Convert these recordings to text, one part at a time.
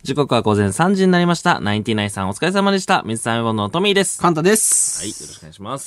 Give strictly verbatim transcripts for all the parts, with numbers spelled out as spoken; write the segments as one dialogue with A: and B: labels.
A: 時刻は午前さんじになりました。ナインティナインさんお疲れ様でした。水溜りボンドのトミーです。
B: カンタです。
A: はい、よろしくお願いします。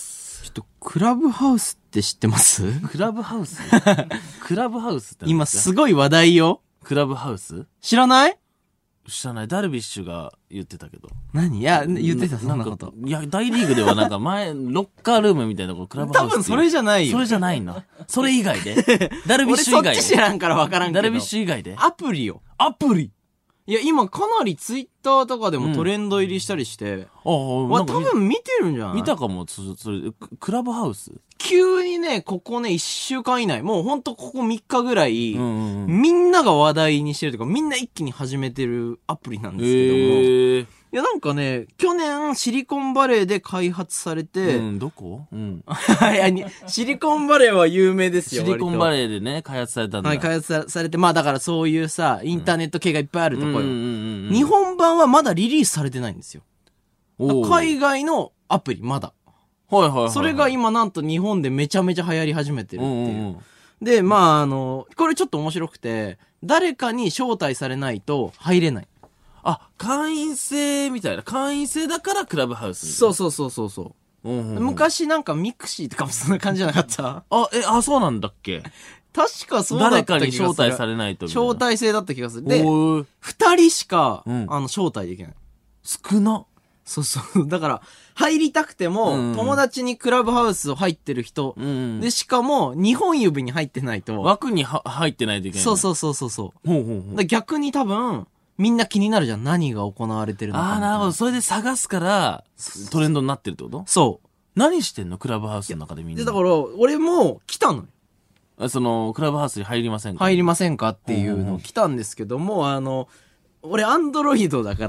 B: ちょっと、クラブハウスって知ってます？
A: クラブハウスクラブハウスって
B: 今すごい話題よ。
A: クラブハウス
B: 知らない？
A: 知らない。ダルビッシュが言ってたけど。
B: 何？いや、言ってた、そんなこと。
A: いや、大リーグではなんか前、ロッカールームみたいなところ、クラブハウス。
B: 多分それじゃないよ。
A: それじゃないの。それ以外でダルビッシュ以外で。
B: 俺そっち知らんからわからんけど。
A: ダルビッシュ以外で。
B: アプリよ。
A: アプリ
B: いや、今かなりツイッターとかでもトレンド入りしたりして。うん、ああ、多分見てるんじゃない？
A: 見たかも、そそれ、クラブハウス
B: 急にね、ここね、一週間以内、もうほんとここみっかぐらい、
A: うんうんうん、
B: みんなが話題にしてるとか、みんな一気に始めてるアプリなんですけども。えー、いや、なんかね、去年シリコンバレーで開発されて、
A: うん、どこ？うん。
B: いや、シリコンバレーは有名ですよ。
A: シリコンバレーでね、開発されたんだ。
B: はい、開発されて、まあだからそういうさ、インターネット系がいっぱいあるとこよ。
A: うんうんうんうん、
B: 日本版はまだリリースされてないんですよ。海外のアプリ、まだ。
A: はいはいはい、はい。
B: それが今なんと日本でめちゃめちゃ流行り始めてるっていう。うんうんうん、で、まああの、これちょっと面白くて、誰かに招待されないと入れない。
A: あ、会員制みたいな。会員制だからクラブハウスみたいな。
B: そうそうそうそうそう、うんうんうん。昔なんかミクシーとかもそんな感じじゃなかった
A: あ、え、あ、そうなんだっけ？
B: 確かそうだった気がする。
A: 誰かに招待されないとみたいな。
B: 招待制だった気がする。で、二人しか、うん、あの、招待できない。
A: 少な。
B: そうそう。だから、入りたくても、うん、友達にクラブハウスを入ってる人、うん、で、しかも、にほん指に入ってないと。
A: 枠には入ってないといけない。
B: そうそうそうそうそう。
A: ほうほうほう。
B: 逆に多分、みんな気になるじゃん。何が行われてるのか。
A: ああ、なるほど。それで探すから、トレンドになってるってこと？
B: そう。
A: 何してんの？クラブハウスの中でみんな。
B: で、だから、俺も来たのよ。
A: その、クラブハウスに入りませんか？
B: 入りませんかっていうの来たんですけども、あの、俺アンドロイドだから、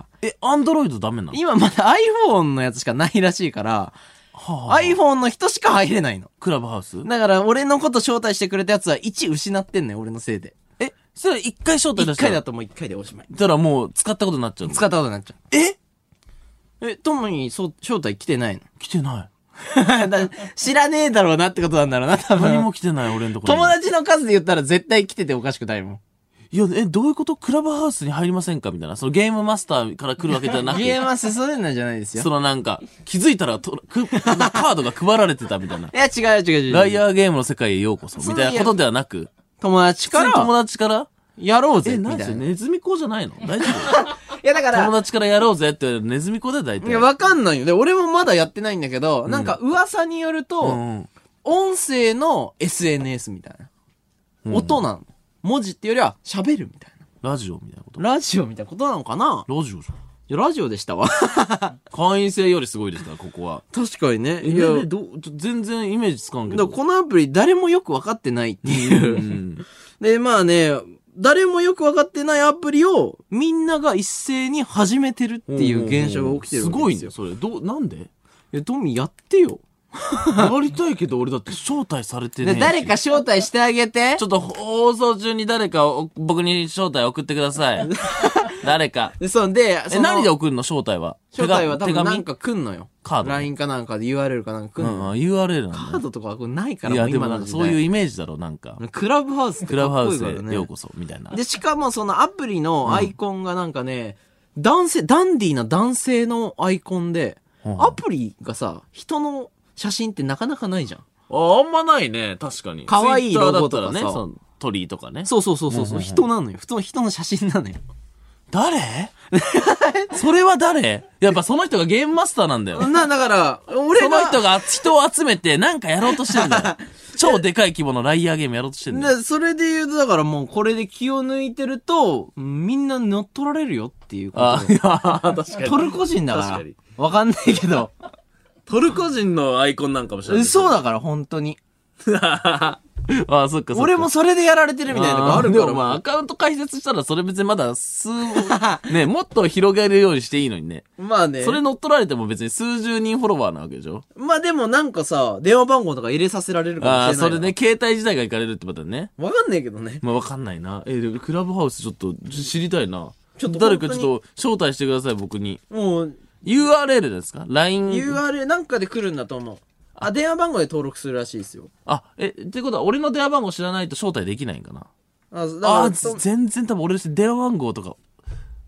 A: え、アンドロイドダメなの？
B: 今まだ iPhone のやつしかないらしいから、はあ、iPhone の人しか入れないの。
A: クラブハウス？
B: だから俺のこと招待してくれたやつはいち失ってんねん、俺のせいで。
A: え、それ一回招待出したら？
B: 一回だともう一回でおしまい。
A: だからもう使ったことになっちゃうの？
B: 使ったことになっちゃう。
A: え
B: え、トモに招待来てないの？
A: 来てない。
B: 知らねえだろうなってことなんだろうな、多分。
A: 何も来てない、俺のところに。
B: 友達の数で言ったら絶対来てておかしくないもん。
A: いや、え、どういうこと？クラブハウスに入りませんかみたいな。そのゲームマスターから来るわけじゃなくて。
B: ゲームマスターそういうのじゃないですよ。
A: そのなんか、気づいたらとくカードが配られてたみたいな。い
B: や、違う違う違う。
A: ライアーゲームの世界へようこそ。みたいなことではなく。
B: 友達から。
A: 友達から。
B: やろうぜ。
A: え、何それネズミ子じゃないの？大丈夫？
B: いや、だから。
A: 友達からやろうぜってネズミ子で大体。
B: いや、わかんないよ。で、俺もまだやってないんだけど、うん、なんか噂によると、うん、音声の エスエヌエス みたいな。うん、音なの。文字っていうよりは喋るみたいな。
A: ラジオみたいなこと？
B: ラジオみたいなことなのかな？
A: ラジオじゃん。
B: いや、ラジオでしたわ。
A: 会員制よりすごいですから、ここは。
B: 確かにね。
A: いや、ど全然イメージつかんけど。
B: だからこのアプリ誰もよくわかってないっていう。うん、で、まあね、誰もよくわかってないアプリをみんなが一斉に始めてるっていう現象が起きてるわけですよ。
A: すごいね、それ。ど、なんで？
B: え、トミーやってよ。
A: やりたいけど俺だって招待されてねえし。
B: 誰か招待してあげて。
A: ちょっと放送中に誰か僕に招待送ってください。誰か。
B: そう、で、
A: え、何で送るの招待は？
B: 招待は多分なんか来んのよ。
A: カード
B: ライン かなんかで ユーアールエル かなんか来んの。
A: うん、ユーアールエル なんだ。
B: カードとかはこれないから。
A: いや、でもなんかそういうイメージだろ、なんか。
B: クラブハウスってかっこいいからね。
A: クラブハウスへようこそ、みたいな。
B: で、しかもそのアプリのアイコンがなんかね、うん、男性、ダンディーな男性のアイコンで、うん、アプリがさ、人の写真ってなかなかないじゃん。
A: あ、あんまないね、確かに。
B: 可愛いロゴとかさ。
A: ね、その鳥とかね。
B: そうそうそうそう、うんうんうん、人なのよ。普通の人の写真なのよ。
A: 誰それは誰？やっぱその人がゲームマスターなんだよ。
B: な、だから、俺が。
A: その人が人を集めてなんかやろうとしてんだよ。超でかい規模のライアーゲームやろうとしてんだよ。
B: で、それで言うと、だからもうこれで気を抜いてると、みんな乗っ取られるよっていうこと。
A: あ、いや、確かに。
B: トルコ人だから。確かに。わかんないけど。
A: トルコ人のアイコンなんかもしれない。
B: そうだから、本当に。
A: ああ、そっかそっか。
B: 俺もそれでやられてるみたいなとこあるから。
A: でもまあ、アカウント開設したらそれ別にまだ数、ね、もっと広げるようにしていいのにね。
B: まあね。
A: それ乗っ取られても別に数十人フォロワーなわけでしょ。
B: まあでもなんかさ、電話番号とか入れさせられるかもしれない。ああ、
A: それね、携帯自体が行かれるってことだね。
B: わかんないけどね。
A: まあわかんないな。え、でもクラブハウスちょっと知りたいな。ちょっと誰かちょっと招待してください、僕に。もう、ユーアールエル ですか？ ライン。
B: ユーアールエル なんかで来るんだと思う。あ、電話番号で登録するらしいですよ。
A: あ、え、ってことは俺の電話番号知らないと招待できないんかな？
B: あ、
A: あ、全然多分俺電話番号とか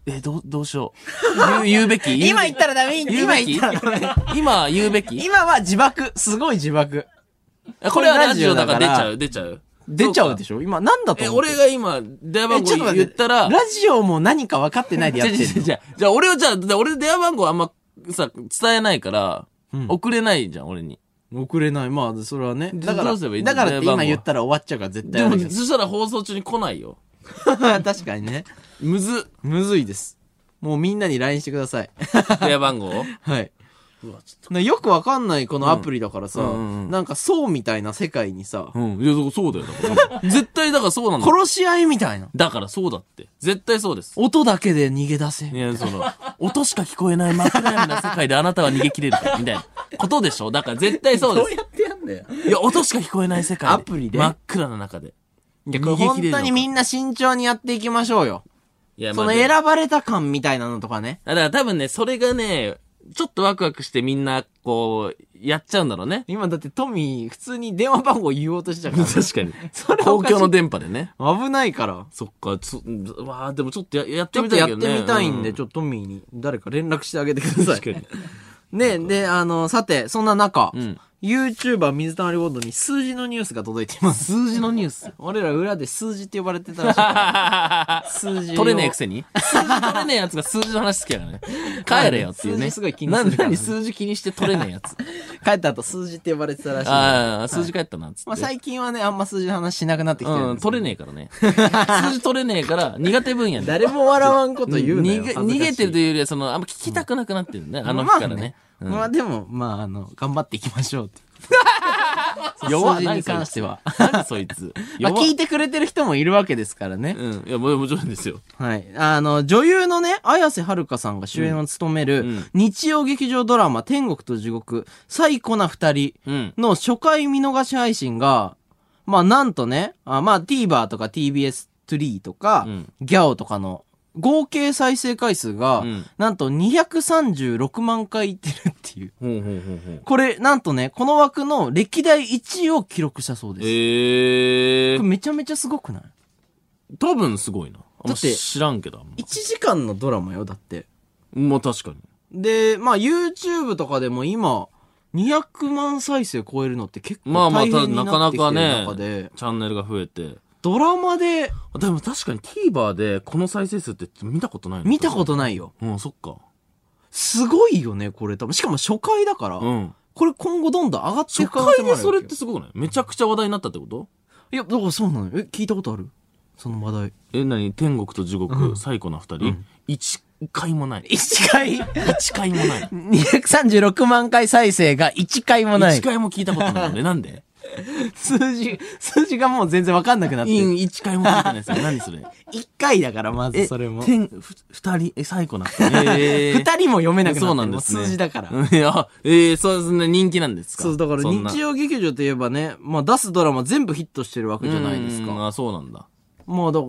A: え、どう、どうしよう。言う、言うべき
B: 今言ったらダメ。今言ったらダメ。
A: 今言うべき
B: 今は自爆。すごい自爆。
A: これはラジオだから出ちゃう、出ちゃう。
B: 出ちゃうでしょ今なんだと思う？
A: え、俺が今、電話番号言ったら。
B: ラジオも何か分かってないでやってる。
A: じゃあ、じゃあ俺はじゃあ、俺電話番号あんまさ、伝えないから、うん、送れないじゃん、俺に。
B: 送れない。まあ、それはね。だから、だからって今言ったら終わっちゃうから絶対。
A: でも、そしたら放送中に来ないよ。
B: 確かにね。
A: むず。
B: むずいです。もうみんなに ライン してください。
A: 電話番号
B: はい。うわちょっとよくわかんないこのアプリだからさ、うんうん、なんかそうみたいな世界にさ。
A: うん。いや、そうだよ。だから絶対だからそうなんだ。
B: 殺し合いみたいな。
A: だからそうだって。絶対そうです。
B: 音だけで逃げ出せ。
A: いや、その、音しか聞こえない真っ暗闇な世界であなたは逃げ切れるか、みたいなことでしょ。だから絶対そうです。
B: どうやってやんだよ。
A: いや、音しか聞こえない世界で。
B: アプリで
A: 真っ暗な中で。
B: いや、これ本当にみんな慎重にやっていきましょうよ。いや、まあ、その選ばれた感みたいなのとかね。
A: だから多分ね、それがね、ちょっとワクワクしてみんな、こう、やっちゃうんだろうね。
B: 今だってトミー、普通に電話番号言おうとしちゃうから、ね。
A: 確かに。それ公共の電波でね。
B: 危ないから。
A: そっか、そ、わあでもちょっとややってみたいけどね。
B: ちょっとやってみたいんで、うん、ちょっとトミーに誰か連絡してあげてください。確かに。ね、で、あの、さて、そんな中、うん、YouTuber 水溜りボンドに数字のニュースが届いています。
A: 数字のニュース
B: 俺ら裏で数字って呼ばれてたらしいから。数字。
A: 取れねえくせに数字取れねえやつが数字の話好きやからね。帰れよっていうね。
B: 数字すごい気にするから、
A: ね。何数字気にして取れねえやつ。
B: 帰った後数字って呼ばれてたらしい。
A: ああ、数字帰ったなっつって。
B: まあ最近はね、あんま数字の話しなくなってきてるんです。
A: うん、取れねえからね。数字取れねえから苦手分野で。
B: 誰も笑わんこと言うなよ。
A: 逃げてるというよりは、その、あんま聞きたくなくなってるね。あの日からね。
B: うん、まあでも、まああの、頑張っていきましょうって。数字に関しては。
A: 何そいつ。
B: まあ聞いてくれてる人もいるわけですからね。
A: うん。いや、もちろんですよ。
B: はい。あの、女優のね、綾瀬はるかさんが主演を務める、日曜劇場ドラマ、天国と地獄、最古な二人の初回見逃し配信が、まあなんとね、あまあ TVer とか ティービーエススリー とか、うん、ギャオとかの合計再生回数が、うん、なんとにひゃくさんじゅうろくまんかいいってるっていう。ほうほうほうほうこれ、なんとね、この枠の歴代いちいを記録したそうです。
A: えー。
B: これめちゃめちゃすごくない？
A: 多分すごいな。だって知らんけど。
B: いちじかんのドラマよ、だって。
A: まあ確かに。
B: で、まあ YouTube とかでも今、にひゃくまん再生超えるのって結構大変になってきてる中で。まあまあ、なかなかね、
A: チャンネルが増えて。
B: ドラマで、
A: でも確かに TVer でこの再生数って見たことないの？
B: 見たことないよ。
A: うん、そっか。
B: すごいよね、これ多分。しかも初回だから。うん。これ今後どんどん上がっていく可能性もある。
A: 初回でそれってすごくない？めちゃくちゃ話題になったってこと？
B: いや、だからそうなのよ。え、聞いたことある？その話題。
A: え、何？天国と地獄、うん、最古な二人、うん、一回もない。
B: 一回
A: 一回もない。
B: にひゃくさんじゅうろくまんかい再生が一回もない。
A: 一回も聞いたことないので、なんで？
B: 数字、数字がもう全然わかんなくなってる。
A: い一回も聞いてないですよ。何それ？
B: 一回だから、まずそれも。
A: え、天、ふ、二人、え、最古な。
B: えー、二人も読めなくなってる。
A: そうなんですね。
B: 数字だから。
A: いや、えー、そうですね、人気なんですか？
B: そう、だから日曜劇場といえばね、まあ出すドラマ全部ヒットしてるわけじゃないですか。
A: あ、そうなんだ。
B: まあだから、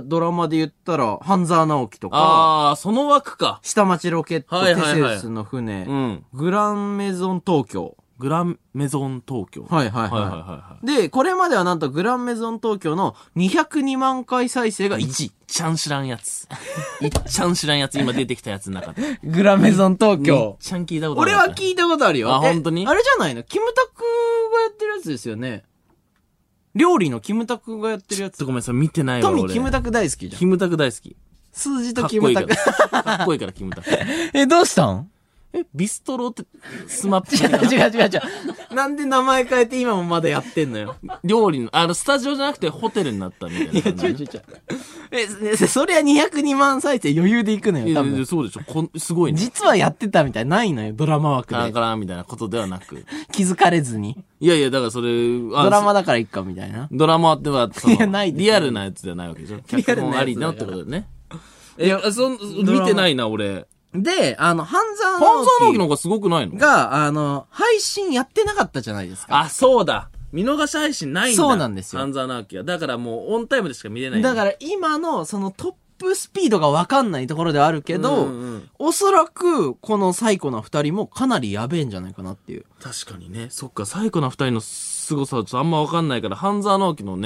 B: ドラマで言ったら、半沢直樹とか。
A: ああ、その枠か。
B: 下町ロケット、テセウスの船、
A: はいはいはい、うん、
B: グランメゾン東京。
A: グランメゾン東京。
B: はいはいはい。はいはいはい、で、これまではなんとグランメゾン東京のにひゃくにまんかい再生がいちい。いっ
A: ちゃん知らんやつ。いっちゃん知らんやつ、今出てきたやつの中で。
B: グランメゾン東京。いっ
A: ちゃん聞いたことあ
B: る。俺は聞いたことあるよ。
A: あ、本当に？
B: あれじゃないの？キムタクがやってるやつですよね。料理のキムタクがやってるやつ。
A: ちょっとごめんなさい、見てないわ。
B: トミーキムタク大好きじゃん。
A: キムタク大好き。
B: 数字とキムタク。
A: かっこいいから、キムタク。
B: え、どうしたん？
A: え、ビストロって、スマップ。
B: 違う違う違う違う。なんで名前変えて今もまだやってんのよ。
A: 料理の、あの、スタジオじゃなくてホテルになったみたいな。いや、違う違う違う。
B: え、それはにひゃくにまん再生余裕でいくのよ、多分。
A: いや、そうでしょ。こんすごいね。
B: 実はやってたみたいないのよ、ドラマ枠で。
A: だから、みたいなことではなく。
B: 気づかれずに。
A: いやいや、だからそれ、
B: ドラマだからいっか、みたいな。
A: ドラマでは、その、
B: いや、ないです。
A: リアルなやつではないわけでしょ。脚本ありのってことだよね。いや、そん、見てないな、俺。
B: で、あの、半沢直樹。
A: 半沢直樹の方がすごくないの？
B: が、あの、配信やってなかったじゃないですか。
A: あ、そうだ。見逃し配信ないんだ。
B: そうなんですよ。
A: 半沢直樹は。だからもうオンタイムでしか見れない。
B: だから今のそのトップスピードがわかんないところではあるけど、うんうん、おそらくこの最古な二人もかなりやべえんじゃないかなっていう。
A: 確かにね。そっか、最古な二人の凄さはちょっとあんまわかんないから、半沢直樹のね、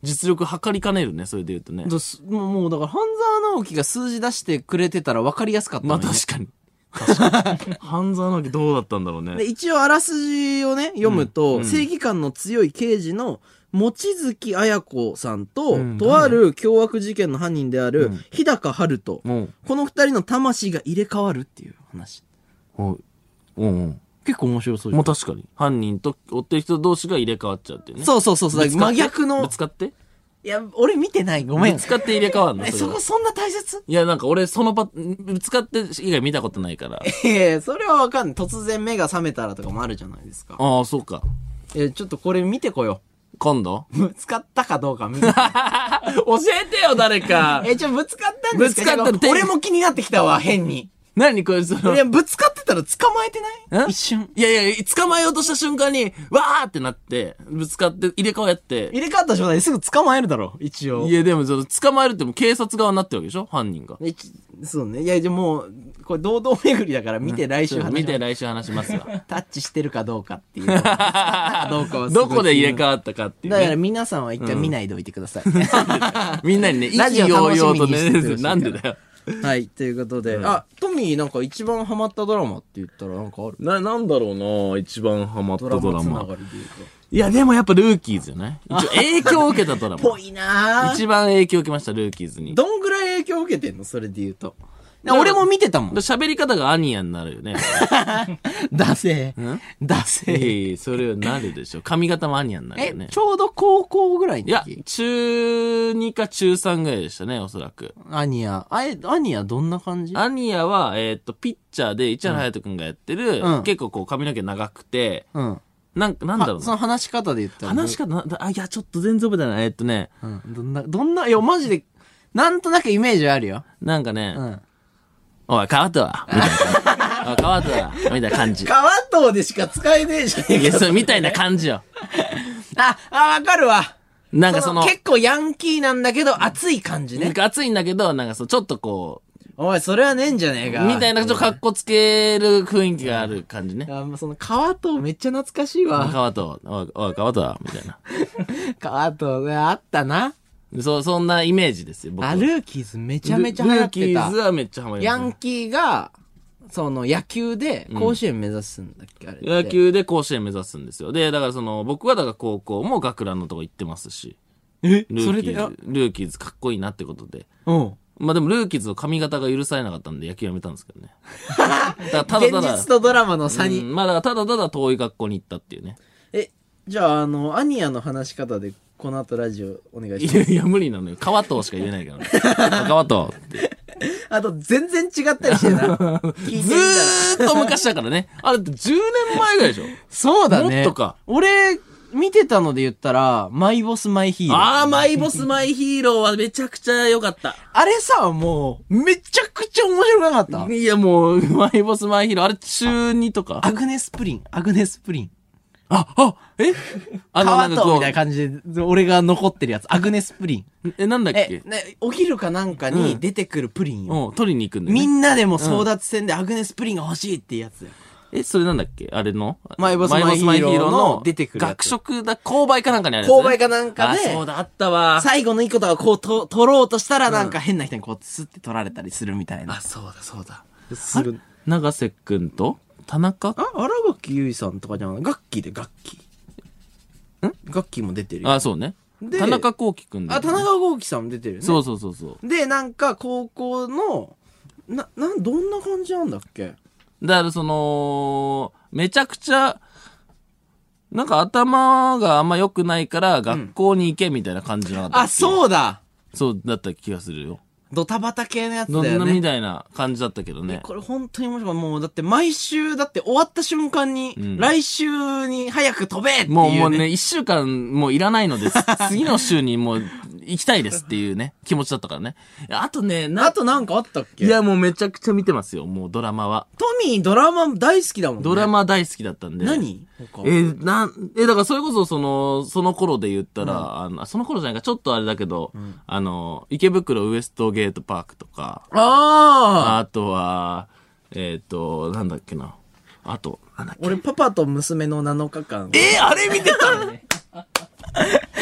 A: 実力測りかねるね、それで言うとね。
B: だもう、もうだから、半沢直樹が数字出してくれてたら分かりやすかったのに、ね。
A: まあ確かに。確かに。半沢直樹どうだったんだろうね。
B: で、一応あらすじをね、読むと、
A: うん、
B: 正義感の強い刑事の、望月彩子さんと、
A: うん、
B: とある凶悪事件の犯人である、日高春人、うん、この二人の魂が入れ替わるっていう話。
A: うん。うん。
B: 結構面白そうじゃん。
A: もう確かに。犯人と追ってる人同士が入れ替わっちゃうっていうね。
B: そうそうそうそう。真逆の。
A: ぶつかって
B: いや、俺見てない。ごめん。
A: ぶつかって入れ替わんの
B: え、そこそんな大切？
A: いや、なんか俺そのパ、ぶつかって以外見たことないから。
B: ええー、それはわかんない。突然目が覚めたらとかもあるじゃないですか。
A: ああ、そうか。
B: え、ちょっとこれ見てこよう。
A: 今度
B: ぶつかったかどうか見て。教
A: えてよ、誰か。
B: え、ちょ、ぶつかったんですか？
A: ぶつかった
B: 俺も気になってきたわ、変に。
A: 何これ、その。
B: いや、ぶつかってたら捕まえてない？一瞬。
A: いやいや、捕まえようとした瞬間に、わーってなって、ぶつかって、入れ替わって。
B: 入れ替わった状態ですぐ捕まえるだろ、一応。
A: いや、でも、その、捕まえるっても警察側になってるわけでしょ犯人が。
B: そうね。いや、じゃもう、これ、堂々巡りだから見て来週話します。
A: 見て来週話しますわ。
B: タッチしてるかどうかっていう。どうかは
A: どこで入れ替わったかっていう、
B: ね。だから皆さんは一回見ないでおいてください。うん、
A: みんなにね、意気揚々とね、なんでだよ。
B: はい、ということで、うん、あ、トミーなんか一番ハマったドラマって言ったらなんかある？
A: な、なんだろうな一番ハマったドラマ。ドラマつながりで言うと。
B: い
A: や、でもやっぱルーキーズじゃない？一応影響を受けたドラマ。
B: ぽいな
A: 一番影響を受けました、ルーキーズに。
B: どんぐらい影響を受けてんのそれで言うと。俺も見てたもん。
A: 喋り方がアニヤになるよね。
B: ダセー。ダセー。
A: いやいや、それはなるでしょ。髪型もアニヤになるよね。
B: え、ちょうど高校ぐらいの時？
A: いや、中にか中さんぐらいでしたね、おそらく。
B: アニヤ。あえ、アニヤどんな感じ？
A: アニヤは、えっと、ピッチャーで、市原隼人くんがやってる、うん、結構こう髪の毛長くて、うん。なんなんだろうな。
B: その話し方で言ったら。
A: 話し方な、あ、いや、ちょっと全然覚えてない。えっとね。
B: うん。どんな、どんな、いや、マジで、なんとなくイメージあるよ。
A: なんかね、うん。おい、川藤みたいな。おい、川藤みたいな感じ。
B: 川藤でしか使えねえじゃねえか。
A: いや、それみたいな感じよ。
B: あ、あ、わかるわ。
A: なんかその。
B: 結構ヤンキーなんだけど、熱い感じね。
A: なんか熱いんだけど、なんかそう、ちょっとこう。
B: おい、それはねえんじゃねえか。
A: みたいな、ちょっと格好つける雰囲気がある感じね。
B: あ、もうその、川藤めっちゃ懐かしいわ。
A: 川藤、おい、おい、川藤みたいな。
B: 川藤ね、あったな。
A: そう、そんなイメージですよ、僕は。
B: あ、ルーキーズめちゃめちゃ流行ってた。ル
A: ーキーズはめっちゃハマりました、
B: ヤンキーが、その野球で甲子園目指すんだっけ、うん、あれ。
A: 野球で甲子園目指すんですよ。で、だからその、僕はだから高校も学ランのとこ行ってますし。
B: え
A: ルーキーズ、それでルーキーズかっこいいなってことで。うん。まあでもルーキーズの髪型が許されなかったんで野球やめたんですけどね。
B: だからただただ。現実とドラマの差に。
A: うん、まあだからただただ遠い学校に行ったっていうね。
B: え、じゃああの、アニヤの話し方でこの後ラジオお願いします。いや
A: いや無理なのよ。川藤しか言えないからね。川藤って。
B: あと全然違ったりしてな。聞いてみたら
A: ずーっと昔だからね。あれってじゅうねんまえぐらいでしょ。
B: そうだね。
A: もっとか。
B: 俺、見てたので言ったら、マイボスマイヒーロー。
A: ああ、マイボスマイヒーローはめちゃくちゃ良かった。
B: あれさ、もう、めちゃくちゃ面白くなかった。
A: いや、もう、マイボスマイヒーロー、あれ中にとか。
B: アグネスプリン、アグネスプリン。
A: あ、あ、え
B: あの、川藤みたいな感じで、俺が残ってるやつ、アグネスプリン。
A: え、なんだっけ
B: え、ね、お昼かなんかに出てくるプリンよ。
A: うん、取りに行くんだよ、ね。
B: みんなでも争奪戦でアグネスプリンが欲しいってやつ。
A: え、それなんだっけあれの
B: マイボスマイヒーローの出てくる。
A: 学食だ、購買かなんかにあるやつ、
B: ね。購買かなんかで。
A: あ、そうだ、あったわ。
B: 最後のいいことはこうと、取ろうとしたらなんか変な人にこう、スッて取られたりするみたいな。
A: あ、そうだ、そうだ。する。長瀬くんと田中
B: あ、荒垣結衣さんとかじゃないガッキーでガッキー。んガッキーも出てるよ。
A: あ、そうね。田中幸喜くん
B: だ、ね。あ、田中幸喜さんも出てるよね。
A: そうそうそうそう。
B: で、なんか高校の、な、なん、どんな感じなんだっけ
A: だからその、めちゃくちゃ、なんか頭があんま良くないから学校に行けみたいな感じなかったっけ、うん、
B: あ、そうだ
A: そうだった気がするよ。
B: ドタバタ系のやつだよね。
A: どんなみたいな感じだったけどね。
B: これ本当に面白い。もうだって毎週、だって終わった瞬間に、うん、来週に早く飛べっていう、ね。
A: もうもうね、一週間もういらないのです。次の週にもう行きたいですっていうね、気持ちだったからね。あとね、
B: あとなんかあったっけ？
A: いやもうめちゃくちゃ見てますよ、もうドラマは。
B: トミードラマ大好きだもんね。
A: ドラマ大好きだったんで。
B: 何？
A: えー、なん、えー、だからそれこそその、その頃で言ったら、うん、あの、その頃じゃないか、ちょっとあれだけど、うん、あの、池袋ウエストゲートパークとか、
B: ああ
A: あとは、えっ、ー、と、なんだっけな。あと、なんだっけ。
B: 俺、パパと娘のなのかかん。
A: えー、あれ見てたの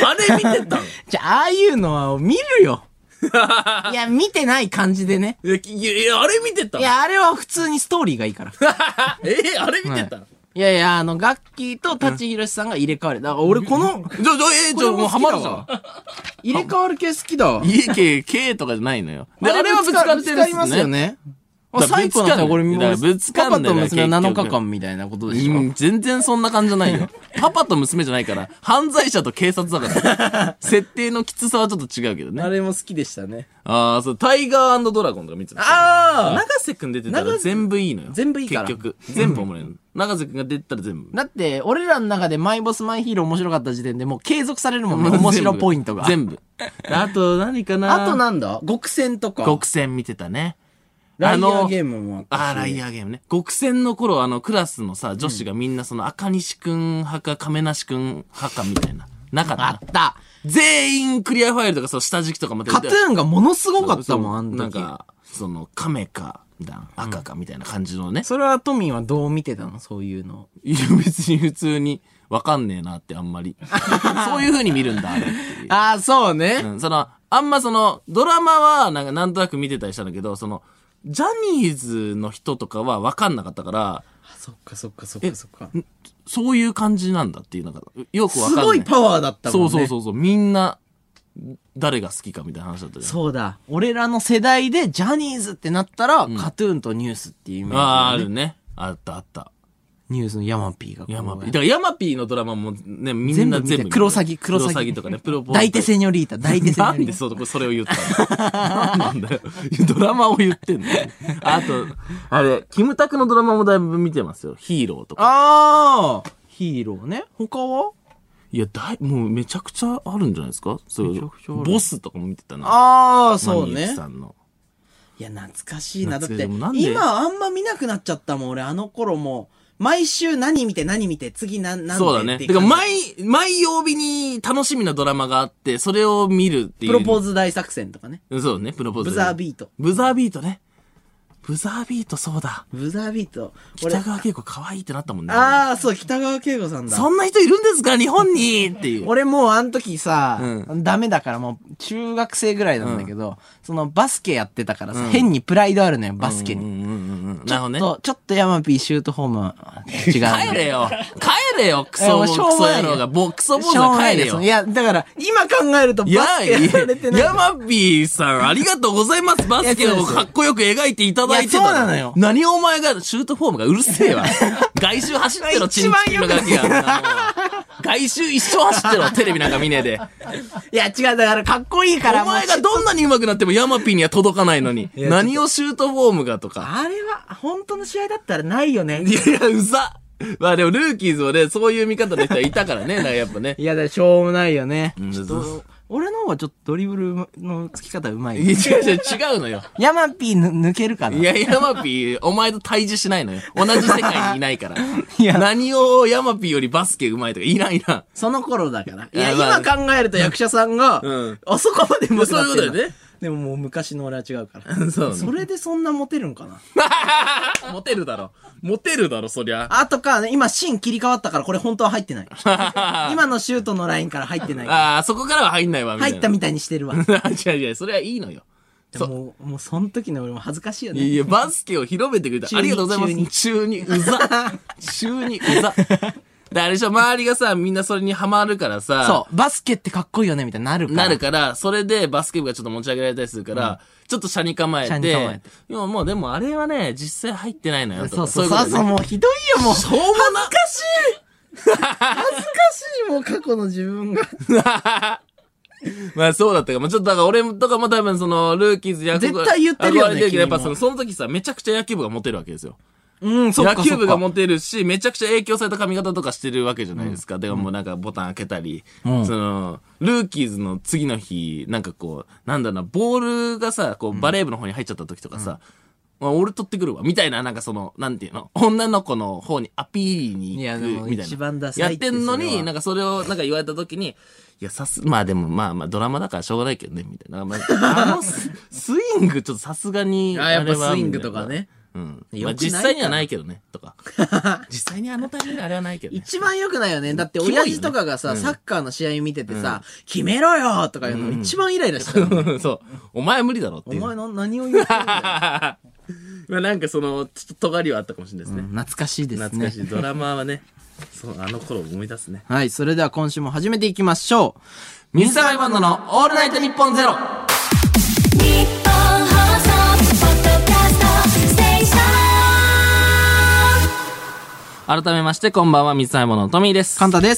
A: あれ見てたの
B: じゃあ、ああいうのは見るよ。いや、見てない感じでね。
A: いや、いや、いやあれ見てたの
B: いや、あれは普通にストーリーがいいから。
A: えー、あれ見てたの、
B: はい、いやいや、あの、ガッキーと舘ひろしさんが入れ替わる。だから俺この、
A: ちょ、ちょ、えー、ちょ、もうハマるじゃん。
B: 入れ替わる系好きだわ。
A: 家系、系とかじゃないのよ。
B: で、あれはぶつかってるっすね。ぶつかりますよね。最高なんだよ、これ、
A: ぶつかんねんだよ。
B: パパと娘なのかかんみたいなことでしょ。うん、
A: 全然そんな感じじゃないよ。パパと娘じゃないから、犯罪者と警察だから。設定のきつさはちょっと違うけどね。
B: あれも好きでしたね。
A: ああ、そう、タイガー&ドラゴンとか見てた。ああ長瀬くん出てたら全部いいのよ。
B: 全部いいから。
A: 結局。全部おもろいの。長瀬くんが出てたら全部。
B: だって、俺らの中でマイボスマイヒーロー面白かった時点でもう継続されるもんね。面白ポイントが。
A: 全部。あと何かな
B: あとなんだ極戦とか。
A: 極戦見てたね。
B: ライアーゲームもあったし。
A: ああ、ライアーゲームね。極戦の頃、あの、クラスのさ、女子がみんなその、赤西くん派か、亀梨くん派かみたいな。なかった。
B: あった。
A: 全員クリアファイルとか、そう、下敷きとかも出て
B: カトゥーンがものすごかったもん、あの時。
A: なんか、その、亀か、みたいな、赤かみたいな感じのね。
B: それはトミーはどう見てたのそういうの。
A: いや、別に普通に、わかんねえなってあんまり。そういう風に見るんだ、あれ。
B: ああ、そうね。
A: うん、その、あんまその、ドラマは、なんか、なんとなく見てたりしたんだけど、その、ジャニーズの人とかは分かんなかったから、
B: あ、そっかそっかそっかそっか。
A: そういう感じなんだっていうのが、よく分かんない。
B: すごいパワーだったもんね。
A: そうそうそうそう。みんな、誰が好きかみたいな話だったじゃん。
B: そうだ。俺らの世代でジャニーズってなったら、うん、カトゥーンとニュースっていうイメージ、ね。
A: ああ、あるね。あったあった。
B: ニュースのヤマピーが。
A: ヤマピー。だからヤマピーのドラマもね、みんな全部。
B: クロサギ、クロサギ。
A: クロサギとかね、プロポーズ。
B: 大手セニョリータ、大手セニョリータ。
A: なんでそ、それを言ったのなんだよ。ドラマを言ってんのあと、あれ、キムタクのドラマもだいぶ見てますよ。ヒーローとか。
B: ああヒーローね。他はい
A: や、だい、もうめちゃくちゃあるんじゃないですかそういう。ボスとかも見てたな。
B: ああ、そうね。
A: さんの。
B: いや、懐かしいな。だって、今あんま見なくなっちゃったもん。俺、あの頃も。毎週何見て何見て、次何、何
A: そうだね。てか、毎、毎曜日に楽しみなドラマがあって、それを見るっていう。
B: プロポーズ大作戦とかね。
A: そうね、プロポーズ。
B: ブザービート。
A: ブザービートね。ブザービートそうだ。
B: ブザービート。
A: 北川景子可愛いってなったもんね。
B: ああ、そう、北川景子さんだ。
A: そんな人いるんですか日本にっていう。
B: 俺もうあの時さ、うん、ダメだからもう中学生ぐらいなんだけど、うん、そのバスケやってたからさ、うん、変にプライドあるのよ、バスケに。なるほどね。ちょっと、ちょっとヤマピーシュートフォームは違う。
A: 帰れよ帰れよクソ、クソ野郎が。ボクソ坊主は帰れよ。
B: いや、だから今考えるとバスケやられてない。
A: ヤマピーさんありがとうございます。バスケをかっこよく描いていただいてた。
B: そうなのよ。
A: 何お前が、シュートフォームがうるせえわ。外周走ってろ、チンチンのガキが。外周一生走ってろ、テレビなんか見ねえで。
B: いや、違う、だからかっこいいから。
A: お前がどんなに上手くなってもヤマピーには届かないのに。何をシュートフォームがとか。
B: あれは、本当の試合だったらないよね。
A: いやいや、うざ。まあでも、ルーキーズはね、そういう見方の人はいたからね、なんかやっぱね。
B: いや、だしょうもないよね。うん、俺の方がちょっとドリブルのつき方うまい。
A: いや、違う違う、違うのよ。
B: ヤマピー抜けるかな。
A: いや、ヤマピー、お前と対峙しないのよ。同じ世界にいないから。いや、何をヤマピーよりバスケうまいとかいないな。
B: その頃だから。いや、今考えると役者さんが、うん、あそこまで上手くなってる。そういうことだよね。でももう昔の俺は違うから。そう、ね。それでそんなモテるんかな。
A: モテるだろ。モテるだろ、そりゃ。
B: あとか、今シーン切り替わったからこれ本当は入ってない。今のシュートのラインから入ってない。
A: ああ、そこからは入んないわ、みたいな。
B: 入ったみたいにしてるわ。
A: 違う違う、それはいいのよ。
B: もう、もうその時の俺も恥ずかしいよね。
A: いやいや、バスケを広めてくれた。ありがとうございます。中に、うざ。中に、うざ。で、あれでしょ、周りがさ、みんなそれにハマるからさ。
B: そう、バスケってかっこいいよね、みたいになるから。
A: なるから、それでバスケ部がちょっと持ち上げられたりするから、うん、ちょっと車に構えて。車に構えて。いや、もうでもあれはね、実際入ってないのよ。
B: そうそうそう、そう、もうひどいよ、もう。
A: しょうもな。
B: 恥ずかしい恥ずかしい、もう過去の自分が。
A: まあそうだったか。まあちょっとだから俺とかも多分その、ルーキーズや
B: 絶対言ってるよね。
A: やっぱその、その時さ、めちゃくちゃ野球部がモテるわけですよ。
B: うん、そうか。
A: 野球部がモテるし、めちゃくちゃ影響された髪型とかしてるわけじゃないですか。うん、でももうなんかボタン開けたり、うん、その、ルーキーズの次の日、なんかこう、なんだろうな、ボールがさ、こう、バレー部の方に入っちゃった時とかさ、うん、まあ、俺取ってくるわ、みたいな、なんかその、なんていうの、女の子の方にアピールに行く、みたいな。
B: 一番ダサい
A: やってんのに、なんかそれをなんか言われた時に、いや、さす、まあでもまあまあドラマだからしょうがないけどね、みたいな。まあ、あのス、スイングちょっとさすがに
B: あ、やっぱスイングとかね。
A: うん。
B: よくない
A: まあ実際にはないけどね、とか。実際にあのタイミングであれはないけどね。
B: 一番良くないよね。だって親父とかがさ、サッカーの試合見ててさ、決めろよとか言うの一番イライラしたよね。
A: そう。お前無理だろっていう。
B: お前の何を言ってるんだよ。
A: まあなんかその、ちょっと尖りはあったかもしれないですね。
B: 懐かしいですね。
A: 懐かしい。ドラマはね、そう、あの頃を思い出すね。
B: はい、それでは今週も始めていきましょう。水溜りバンドのオールナイトニッポンゼロ。
C: 日本放送ポッドキャストステーション。
A: 改めまして、こんばんは、水溜りボンドのトミーです。
B: カンタです。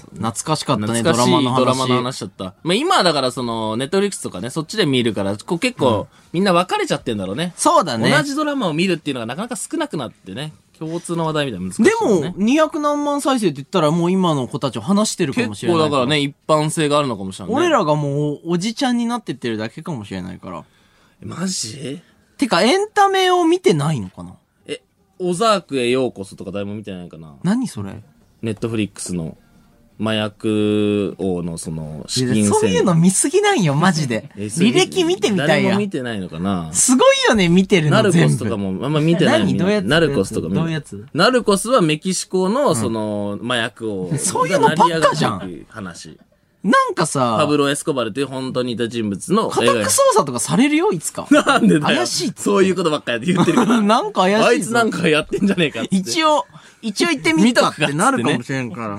B: はい。懐かしかったね、
A: 懐かしい
B: ドラマの話。
A: ドラマの話だった。まあ今はだからその、ネットフリックスとかね、そっちで見るから、こう結構、うん、みんな分かれちゃってんだろうね。
B: そうだね。
A: 同じドラマを見るっていうのがなかなか少なくなってね。共通の話題みたいな難しい、ね。
B: でも、にひゃくなんまん再生って言ったらもう今の子たちを話してるかもしれない。
A: 結構だからね、一般性があるのかもしれない、ね。
B: 俺らがもうおじちゃんになってってるだけかもしれないから。
A: マジ？
B: てか、エンタメを見てないのかな？
A: え、オザークへようこそとか誰も見てないかな？
B: 何それ？
A: ネットフリックスの麻薬王のその資金
B: そういうの見すぎないよ、マジで。履歴見てみたいや。
A: 誰も見てないのかな？
B: すごいよね、見てるの全部。
A: ナルコスとかもあんま見てない。
B: 何どういうやつ？
A: ナルコスとか見
B: どういうやつ？
A: ナルコスはメキシコのその麻薬王。
B: そういうのばっかじゃん。
A: 話。
B: なんかさ、
A: パブロ・エスコバルという本当にいた人物の。
B: 家宅捜査とかされるよ、いつか。
A: なんでだよ。
B: 怪しいって。
A: そういうことばっかやって言ってるから。
B: なんか怪しい。
A: あいつなんかやってんじゃねえかって。
B: 一応、一応言ってみたってなるかもしれんから。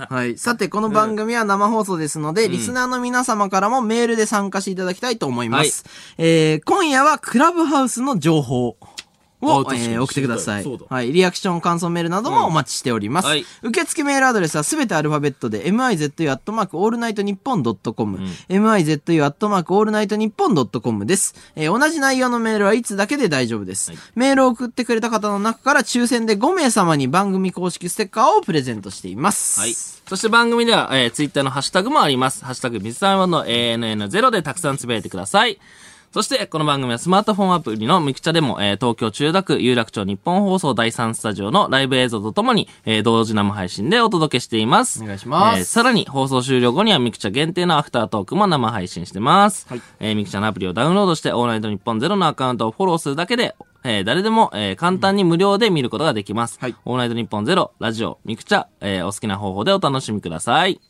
B: はい。さて、この番組は生放送ですので、うん、リスナーの皆様からもメールで参加していただきたいと思います。はい、えー、今夜はクラブハウスの情報を、えー、送ってください。はい。リアクション、感想メールなどもお待ちしております。うんはい、受付メールアドレスはすべてアルファベットで、ミズアットマークオールナイトニッポンドットコム、ミズアットマークオールナイトニッポンドットコムです。えー、同じ内容のメールはいつだけで大丈夫です。はい、メールを送ってくれた方の中から抽選でごめい様に番組公式ステッカーをプレゼントしています。
A: はい。そして番組では、えー、ツイッターのハッシュタグもあります。ハッシュタグ水溜りボンドの エーエヌエヌゼロ でたくさんつぶやいてください。そして、この番組はスマートフォンアプリのミクチャでも、えー、東京千代田区有楽町日本放送だいさんスタジオのライブ映像とともに、えー、同時生配信でお届けしています。
B: お願いします。
A: えー、さらに、放送終了後にはミクチャ限定のアフタートークも生配信してます。はい。えー、ミクチャのアプリをダウンロードして、オールナイトニッポンゼロのアカウントをフォローするだけで、えー、誰でも、えー、簡単に無料で見ることができます。はい。オールナイトニッポンゼロ、ラジオ、ミクチャ、えー、お好きな方法でお楽しみください。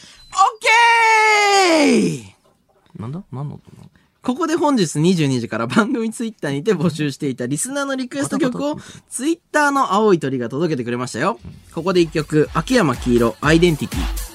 B: オッケー！
A: なんだ？何の音なの？
B: ここで本日にじゅうにじから番組ツイッターにて募集していたリスナーのリクエスト曲をツイッターの青い鳥が届けてくれましたよ。ここで一曲、秋山黄色、アイデンティティ。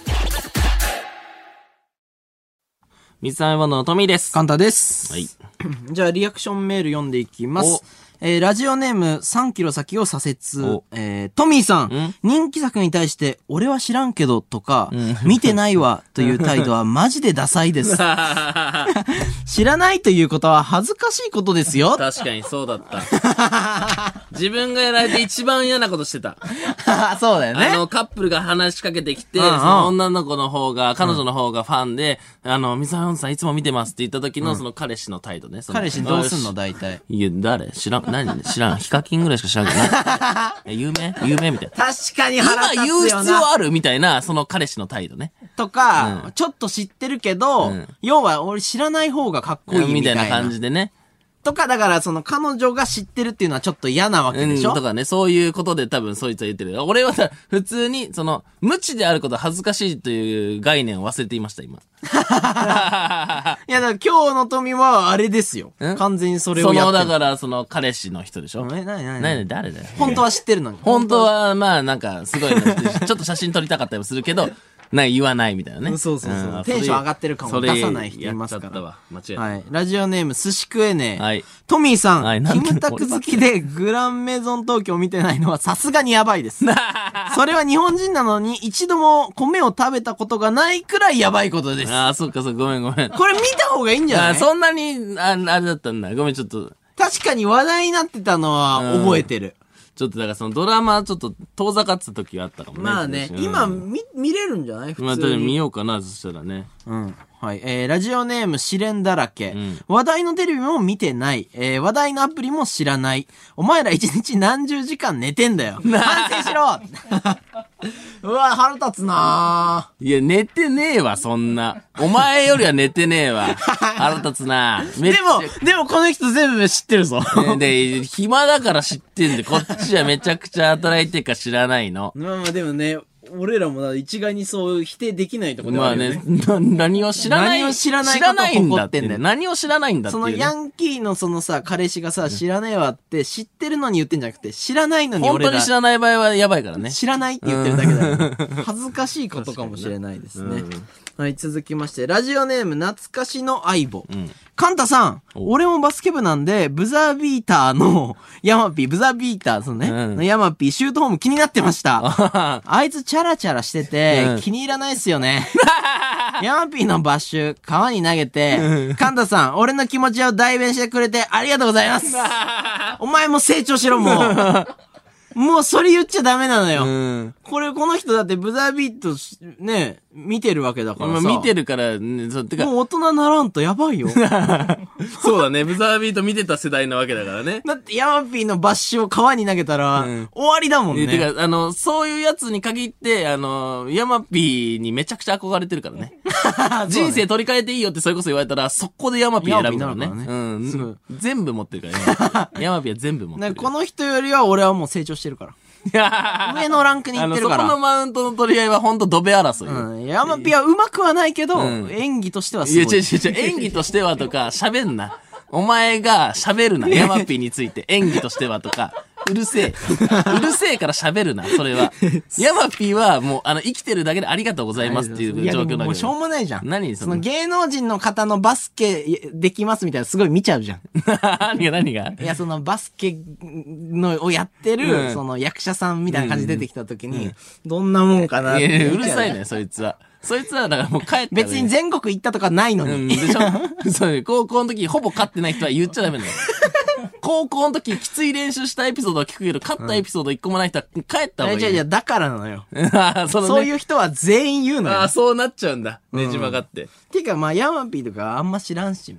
A: 水溜りボンドのトミーです。
B: カンタです。
A: はい。
B: じゃあリアクションメール読んでいきます。えー、ラジオネームさんキロ先を左折。えー、トミーさん、ん人気作に対して、俺は知らんけどとか、うん、見てないわという態度はマジでダサいです。知らないということは恥ずかしいことですよ。
A: 確かにそうだった。自分がやられて一番嫌なことしてた。
B: そうだよね。
A: あの、カップルが話しかけてきて、うんうん、その女の子の方が、彼女の方がファンで、うん、あの、水溜りさんいつも見てますって言った時の、うん、その彼氏の態度ね。
B: 彼氏どうすんの大体。
A: いや、誰知らん。何知らん。ヒカキンぐらいしか知らんけどな。有名有名みたいな。
B: 確かに腹立つよな。
A: 今言う必要あるみたいな、その彼氏の態度ね。
B: とか、うん、ちょっと知ってるけど、うん、要は俺知らない方がかっこいいみたいな。
A: みたいな感じでね。
B: とか、だからその彼女が知ってるっていうのはちょっと嫌なわけでしょ、
A: うん、とかね、そういうことで多分そいつは言ってる。俺は普通に、その、無知であること恥ずかしいという概念を忘れていました、今。い
B: や、だから今日の富はあれですよ。完全にそれをやってる。
A: その、だから、その、彼氏の人でしょ。
B: え、なになに
A: なに誰だよ。
B: 本当は知ってるのに。
A: 本当は、まあ、なんか、すごい、ちょっと写真撮りたかったりもするけど、なんか言わないみたいなね。
B: そうそうそう。うん、テンション上がってるかも出さない人いますから。
A: わ間違えた。
B: はい。ラジオネーム、寿司食えねえ。
A: はい。
B: トミーさん、
A: はい、
B: キムタク好きでグランメゾン東京見てないのはさすがにやばいです。それは日本人なのに一度も米を食べたことがないくらいやばいことです。
A: ああ、そっかそっか、ごめんごめん。
B: これ見た方がいいんじゃない？あ
A: そんなに、あ、あれだったんだ。ごめん、ちょっと。
B: 確かに話題になってたのは覚えてる。
A: ちょっとだからそのドラマちょっと遠ざかってた時があったかもね。
B: まあね、うん、今見、見れるんじゃない普通に。
A: まあ、見ようかな、そしたらね。
B: うん。 はい。えー、ラジオネーム試練だらけ、
A: うん。
B: 話題のテレビも見てない。えー、話題のアプリも知らない。お前ら一日何十時間寝てんだよ。反省しろうわ、腹立つな
A: いや、寝てねえわ、そんな。お前よりは寝てねえわ。腹立つなめっちゃ
B: でも、でもこの人全部知ってるぞ。
A: ねで、暇だから知ってんで、こっちはめちゃくちゃ働いてるか知らないの。
B: まあまあでもね、俺らも一概にそう否定できないところで
A: まあ
B: あるよね。
A: ね、な何を知らない。
B: 何を知らない
A: 知らないんだって
B: ことを誇ってんだよ
A: 何を知らないんだって
B: そ
A: いう、ね。
B: のヤンキーのそのさ、彼氏がさ、知らねえわって知ってるのに言ってんじゃなくて、知らないのに
A: 本
B: 俺ら
A: 当に知らない場合はやばいからね。
B: 知らないって言ってるだけだよね。恥ずかしいことかもしれないですね。はい、続きまして、ラジオネーム懐かしの相棒。
A: うん。
B: カンタさん、俺もバスケ部なんで、ブザービーターのヤマピー、ブザービーター、そのね、
A: うん
B: のヤマピー、シュートホーム気になってました。
A: あ
B: あいつチャラチャラしてて、
A: うん
B: 気に入らないっすよね。ヤマピーのバッシュ、川に投げて、カンタさん、俺の気持ちを代弁してくれてありがとうございます。お前も成長しろ、もう。もうそれ言っちゃダメなのよ。
A: うん。
B: これ、この人だってブザービートしね、見てるわけだからさ。
A: まあ見てるから、ね、そう、てか、
B: もう大人ならんとやばいよ。
A: そうだね、ブザービート見てた世代なわけだからね。
B: だってヤマピーのバッシュを川に投げたら、
A: うん
B: 終わりだもんね。
A: えてか、あの、そういうやつに限って、あの、ヤマピーにめちゃくちゃ憧れてるからね。人生取り替えていいよってそれこそ言われたら、そこでヤマピー選ぶからね。
B: ヤマピーになるからねすごい
A: うん。全部持ってるからね。ヤマピーは全部持ってる。
B: なんかこの人よりは俺はもう成長してるから。上のランクに行ってるから。
A: あの、そこのマウントの取り合いはほんとドベ争いよ。
B: うん。ヤマピーは上手くはないけど、
A: うん
B: 演技としてはす
A: いや、
B: ごい。
A: 違う違う違う、演技としてはとか、喋んな。お前が喋るな。ヤマピーについて、演技としてはとか、うるせえ。うるせえから喋るな、それは。ヤマピーはもう、あの、生きてるだけでありがとうございますっていう
B: や
A: 状況だけど。
B: でももうしょうもないじゃん。
A: 何その
B: その芸能人の方のバスケできますみたいなすごい見ちゃうじゃん。
A: 何が何が
B: いや、そのバスケのをやってる、
A: うん
B: その役者さんみたいな感じで出てきた時に、どんなもんかなって
A: いやいやう
B: 見ちゃう
A: るさいね、そいつは。そいつは、だからもう帰って。
B: 別に全国行ったとかないのに。
A: うん、でしょそう、高校の時ほぼ勝ってない人は言っちゃダメだよ。高校の時きつい練習したエピソードは聞くけど、勝ったエピソード一個もない人は帰った方がいい。
B: いやいや、だからなのよ。
A: あそのね
B: そういう人は全員言うのよ。
A: ああ、そうなっちゃうんだ。ねじ曲がって。
B: てか、まあ、ヤマピーとかあんま知らんし。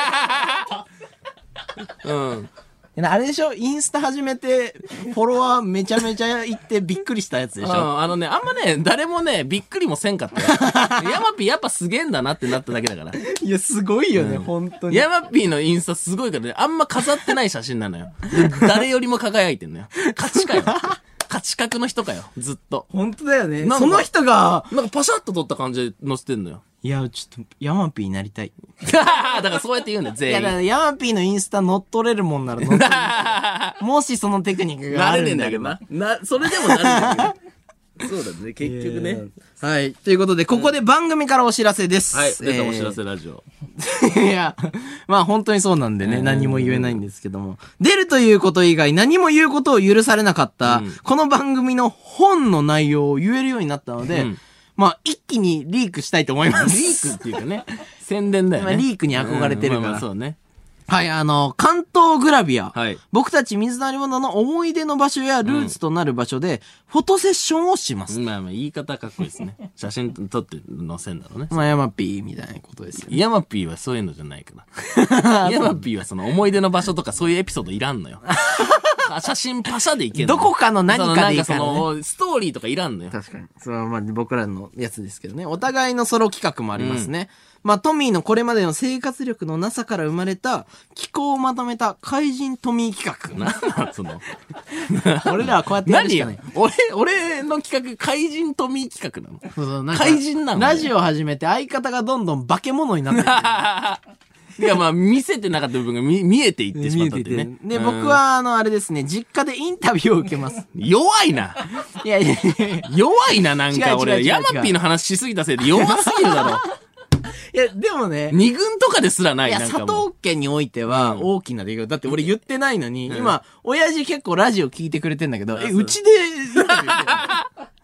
A: うん。
B: あれでしょインスタ始めて、フォロワーめちゃめちゃいってびっくりしたやつでし
A: う
B: ょ
A: んあのね、あんまね、誰もね、びっくりもせんかったよ。ヤマピーやっぱすげえんだなってなっただけだから。
B: いや、すごいよね、本当に。
A: ヤマピーのインスタすごいからね、あんま飾ってない写真なのよ。で誰よりも輝いてんのよ。価値かよ。価値格の人かよ、ずっと。
B: 本当だよね。
A: なんか
B: その人が、
A: なんかパシャッと撮った感じで載せてんのよ。
B: いや、ちょっと、ヤマピーになりたい。
A: だからそうやって言うんだよ、
B: いや、
A: 全員。
B: だからヤマピーのインスタ乗っ取れるもんなら乗っ取れる。もしそのテクニックが
A: な
B: あ
A: れねえんだけ
B: るんだけど
A: どな。な、それでもなるんだけどね。そうだね、結局ね。
B: はい。ということで、ここで番組からお知らせです。
A: はい、出たお知ら
B: え
A: せラジオ。
B: ーいや、まあ本当にそうなんでね、
A: うん
B: 何も言えないんですけども。出るということ以外何も言うことを許されなかった、
A: うん
B: この番組の本の内容を言えるようになったので、
A: うん
B: まあ一気にリークしたいと思います。
A: リークっていうかね、宣伝だよね。
B: まあリークに憧れてるから
A: うんまあまあそうね。
B: はい、あの、関東グラビア。
A: はい。
B: 僕たち水溜りボンドの思い出の場所やルーツとなる場所で、フォトセッションをします。
A: まあまあ言い方かっこいいですね。写真撮って載せんだろうね。
B: まあ、ヤマピーみたいなことですよね。
A: ヤマピーはそういうのじゃないから。ヤマピーはその思い出の場所とかそういうエピソードいらんのよ。あ写真パシャでいけんの。
B: どこかの何かでいいからね
A: そのなんかその、ストーリーとかいらんのよ。
B: 確かに。それはまあ僕らのやつですけどね。お互いのソロ企画もありますね。まあトミーのこれまでの生活力のなさから生まれた気候をまとめた怪人トミー企画。
A: なんなんその。
B: 俺らはこうやってやるしかない。
A: 何よ俺、俺の企画、怪人トミー企画なの。
B: そうそうなんか
A: 怪人なの
B: ラジオ始めて相方がどんどん化け物になっていってる。
A: いや、まあ、見せてなかった部分が見見えていってしまったっていうね。
B: で、
A: うん
B: 僕、は、あの、あれですね、実家でインタビューを受けます。
A: 弱いな。
B: いやいやいや
A: 弱いな、なんか俺。
B: 違う違う違う違う
A: ヤマピーの話しすぎたせいで弱すぎるだろ。
B: いや、でもね、
A: 二軍とかですらないい、
B: や、
A: なんか
B: 佐
A: もう。
B: 藤家においては
A: うん
B: 大きな出来事。だって俺言ってないのに、
A: うん
B: 今、親父結構ラジオ聞いてくれてんだけど、え、
A: そう
B: うちでインタビューしてる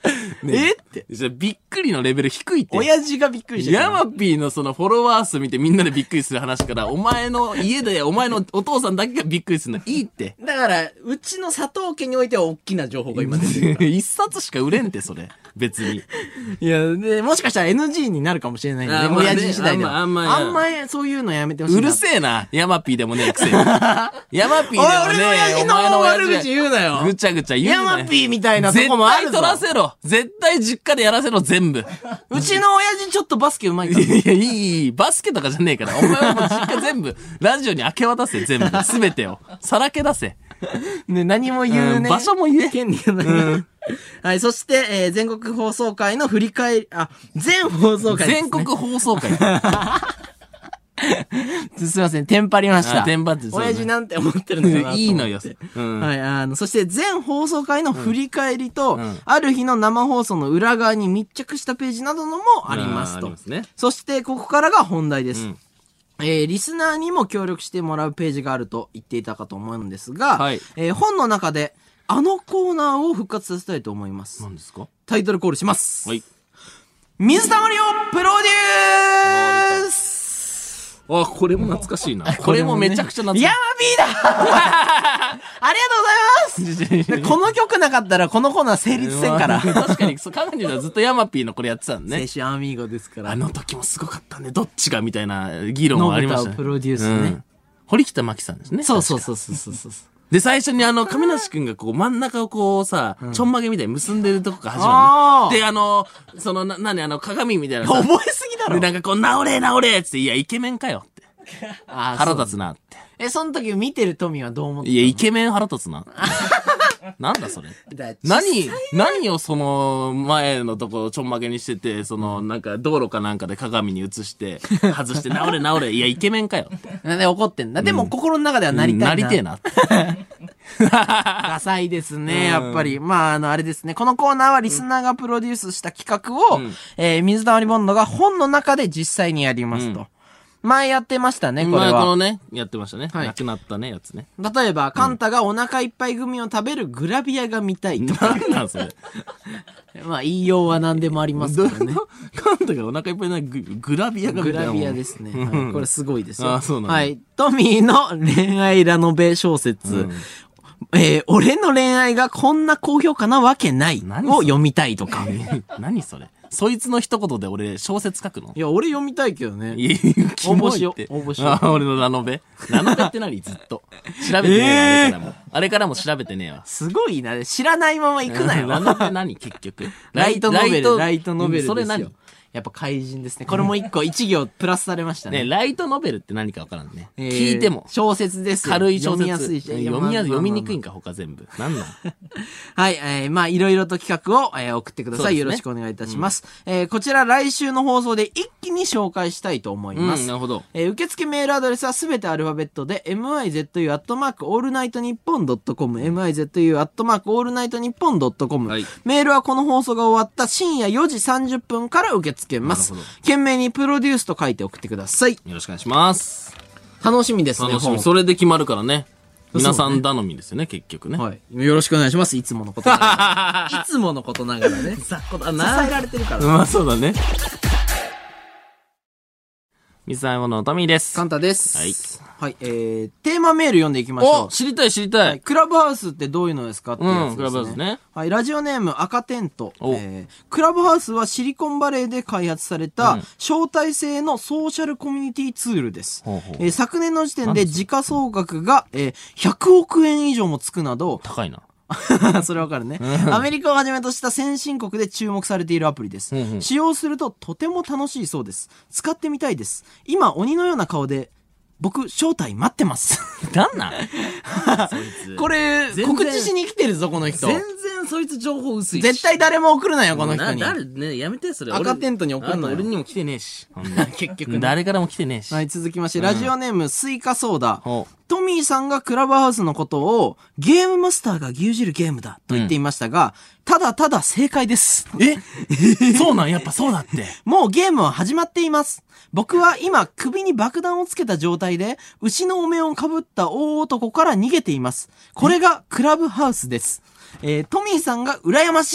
B: えって。
A: じゃびっくりのレベル低いって。
B: 親父がびっくりして
A: ヤマピーのそのフォロワー数見てみんなでびっくりする話から、お前の家でお前のお父さんだけがびっくりするのいいって。
B: だから、うちの佐藤家においては大きな情報が今出てる。
A: 一冊しか売れんって、それ。別に。
B: いや、で、もしかしたら エヌジー になるかもしれないんで、ね、親父次第では。
A: あんま、
B: あんま、あんまそういうのやめてほしい。
A: うるせえな。ヤマピーでもねえくせに。ヤマピーでもねえ。
B: 俺の親父の悪口言うなよ。
A: ぐちゃぐちゃ言うなよ。
B: ヤマピーみたいなとこもあるぞ。
A: 絶対取らせろ。絶対実家でやらせろ、全部。
B: うちの親父ちょっとバスケうまいから。
A: いや、いい、いい。バスケとかじゃねえから。お前はもう実家全部、ラジオに明け渡せ、全部。すべてを。さらけ出せ。
B: ね、何も言うね。
A: うん、場所も言え。
B: 権利がない。うん、はい、そして、えー、全国放送会の振り返り、あ、全放送会です、ね。
A: 全国放送会。
B: すいません、テンパりました。
A: テンパって、ね、
B: 親父なんて思ってるのかな。
A: いいのよ。
B: うん、はい、あの、そして全放送会の振り返りと、
A: うん、
B: ある日の生放送の裏側に密着したページなどのもありますと。ありますね。そして、ここからが本題です。うん、えー、リスナーにも協力してもらうページがあると言っていたかと思うんですが、はい、えー、本の中で、あのコーナーを復活させたいと思います。
A: 何ですか？
B: タイトルコールします。
A: はい。
B: 水溜りをプロデュース。
A: あ、これも懐かしいな。これもめちゃくちゃ懐かしい。
B: ヤマピーだありがとうございますこの曲なかったらこのコーナー成立せんから。
A: 確かに、そう、彼女はずっとヤマピーのこれやってたんね。
B: 青春アミーゴですから。
A: あの時もすごかったね。どっちがみたいな議論もありましたね。
B: ノブタをプロデュースね。うん、
A: 堀北真希さんですね。
B: そうそうそうそうそうそう。
A: で、最初にあの、亀梨くんがこう、真ん中をこうさ、うん、ちょんまげみたいに結んでるとこから始まる、ね。で、あの、その、な、なにあの、鏡みたいなさ。
B: 覚えすぎだろ。
A: で、なんかこう、治れ治れっつって、いや、イケメンかよって。あ腹立つなって。
B: え、その時見てるトミーはどう思ったの？
A: いや、イケメン腹立つな。なんだそれ。何、何をその前のとこちょんまげにしてて、そのなんか道路かなんかで鏡に映して、外して治れ治れ。いや、イケメンかよって。
B: なんで怒ってんだ。でも心の中ではなりたいな。
A: なりてえなって。
B: ダサいですね、やっぱり。まあ、あの、あれですね。このコーナーはリスナーがプロデュースした企画を、うん、えー、水溜りボンドが本の中で実際にやりますと。うん、前やってましたね、これは。
A: 前このね、やってましたね。はい、亡くなったね、やつね。
B: 例えば、カンタがお腹いっぱいグミを食べるグラビアが見たいとか。
A: なんなんそれ。
B: まあ、言いようは何でもありますからね。
A: カンタがお腹いっぱいなググラビアが見たい。
B: グラビアですね。はい、これすごいですよ。
A: あ、そうなんだ。
B: はい。トミーの恋愛ラノベ小説。うん、えー、俺の恋愛がこんな高評価なわけないを読みたいとか。
A: 何それそいつの一言で俺小説書くの？
B: いや、俺読みたいけどね。
A: いや、
B: 応募しよう。応募しよう。
A: あ、俺のラノベ。ラノベって何ずっと。調べてねえよ、あれからも。あれからも調べてねえわ。
B: すごいな。知らないまま行くなよ。
A: ラノベ何結局。
B: ライトノベル。ライトノベルですよ。
A: それ何？
B: やっぱ怪人ですね。これも一個、一行プラスされましたね。
A: ね、ライトノベルって何かわからんね。えー、聞いても。
B: 小説です。
A: 軽い小説。
B: 読みやすいし。
A: 読みやすい、読みにくいんか、他全部。なんなん
B: はい、えー、まあ、いろいろと企画を、えー、送ってください、ね。よろしくお願いいたします。うん、えー、こちら来週の放送で一気に紹介したいと思います。
A: うん、なるほど。
B: えー、受付メールアドレスはすべてアルファベットで、ミズ アットマークオールナイトニッポンドットコム、ミズ アットマークオールナイトニッポンドットコム。はい、メールはこの放送が終わった深夜よじさんじゅっぷんから受け付けます。懸命にプロデュースと書いて送ってください。
A: よろしくお願いします。
B: 楽しみですね。
A: 楽しみ。それで決まるからね。皆さん頼みですよね、結局ね。
B: はい。よろしくお願いします。いつものことながら。いつものことながらね。
A: ざっこだ
B: な。支えられてるから。
A: まあそうだね。水溜りボンドのトミーです。
B: カンタです。
A: はい。
B: はい、えー、テーマメール読んでいきましょう。
A: お、知りたい知りたい。はい、
B: クラブハウスってどういうのですかっていうやつですね。うん、
A: クラブハウスね。はい、
B: ラジオネーム赤テント。えー、クラブハウスはシリコンバレーで開発された、招待制のソーシャルコミュニティツールです。うん、えー、昨年の時点で時価総額が、えー、ひゃくおくえん以上もつくなど、
A: 高いな。
B: それわかるね。アメリカをはじめとした先進国で注目されているアプリです。うんうん、使用するととても楽しいそうです。使ってみたいです。今、鬼のような顔で、僕、招待待ってます。
A: なんなん
B: そいつ。これ、告知しに来てるぞ、この人。
A: 全然そいつ情報薄いし。
B: 絶対誰も送るなよ、この人に。
A: 誰ね、やめて、それ。
B: 赤テントに送るのよ。
A: 俺にも来てねえし。
B: 結局、ね。
A: 誰からも来てねえし。
B: はい、続きまして、ラジオネーム、スイカソーダ。トミーさんがクラブハウスのことを、ゲームマスターが牛耳るゲームだ、と言っていましたが、うん、ただただ正解です。
A: えそうなんやっぱそうだって。
B: もうゲームは始まっています。僕は今、首に爆弾をつけた状態で、牛のお面をかぶった大男から逃げています。これがクラブハウスです。えー、トミーさんが羨ましい。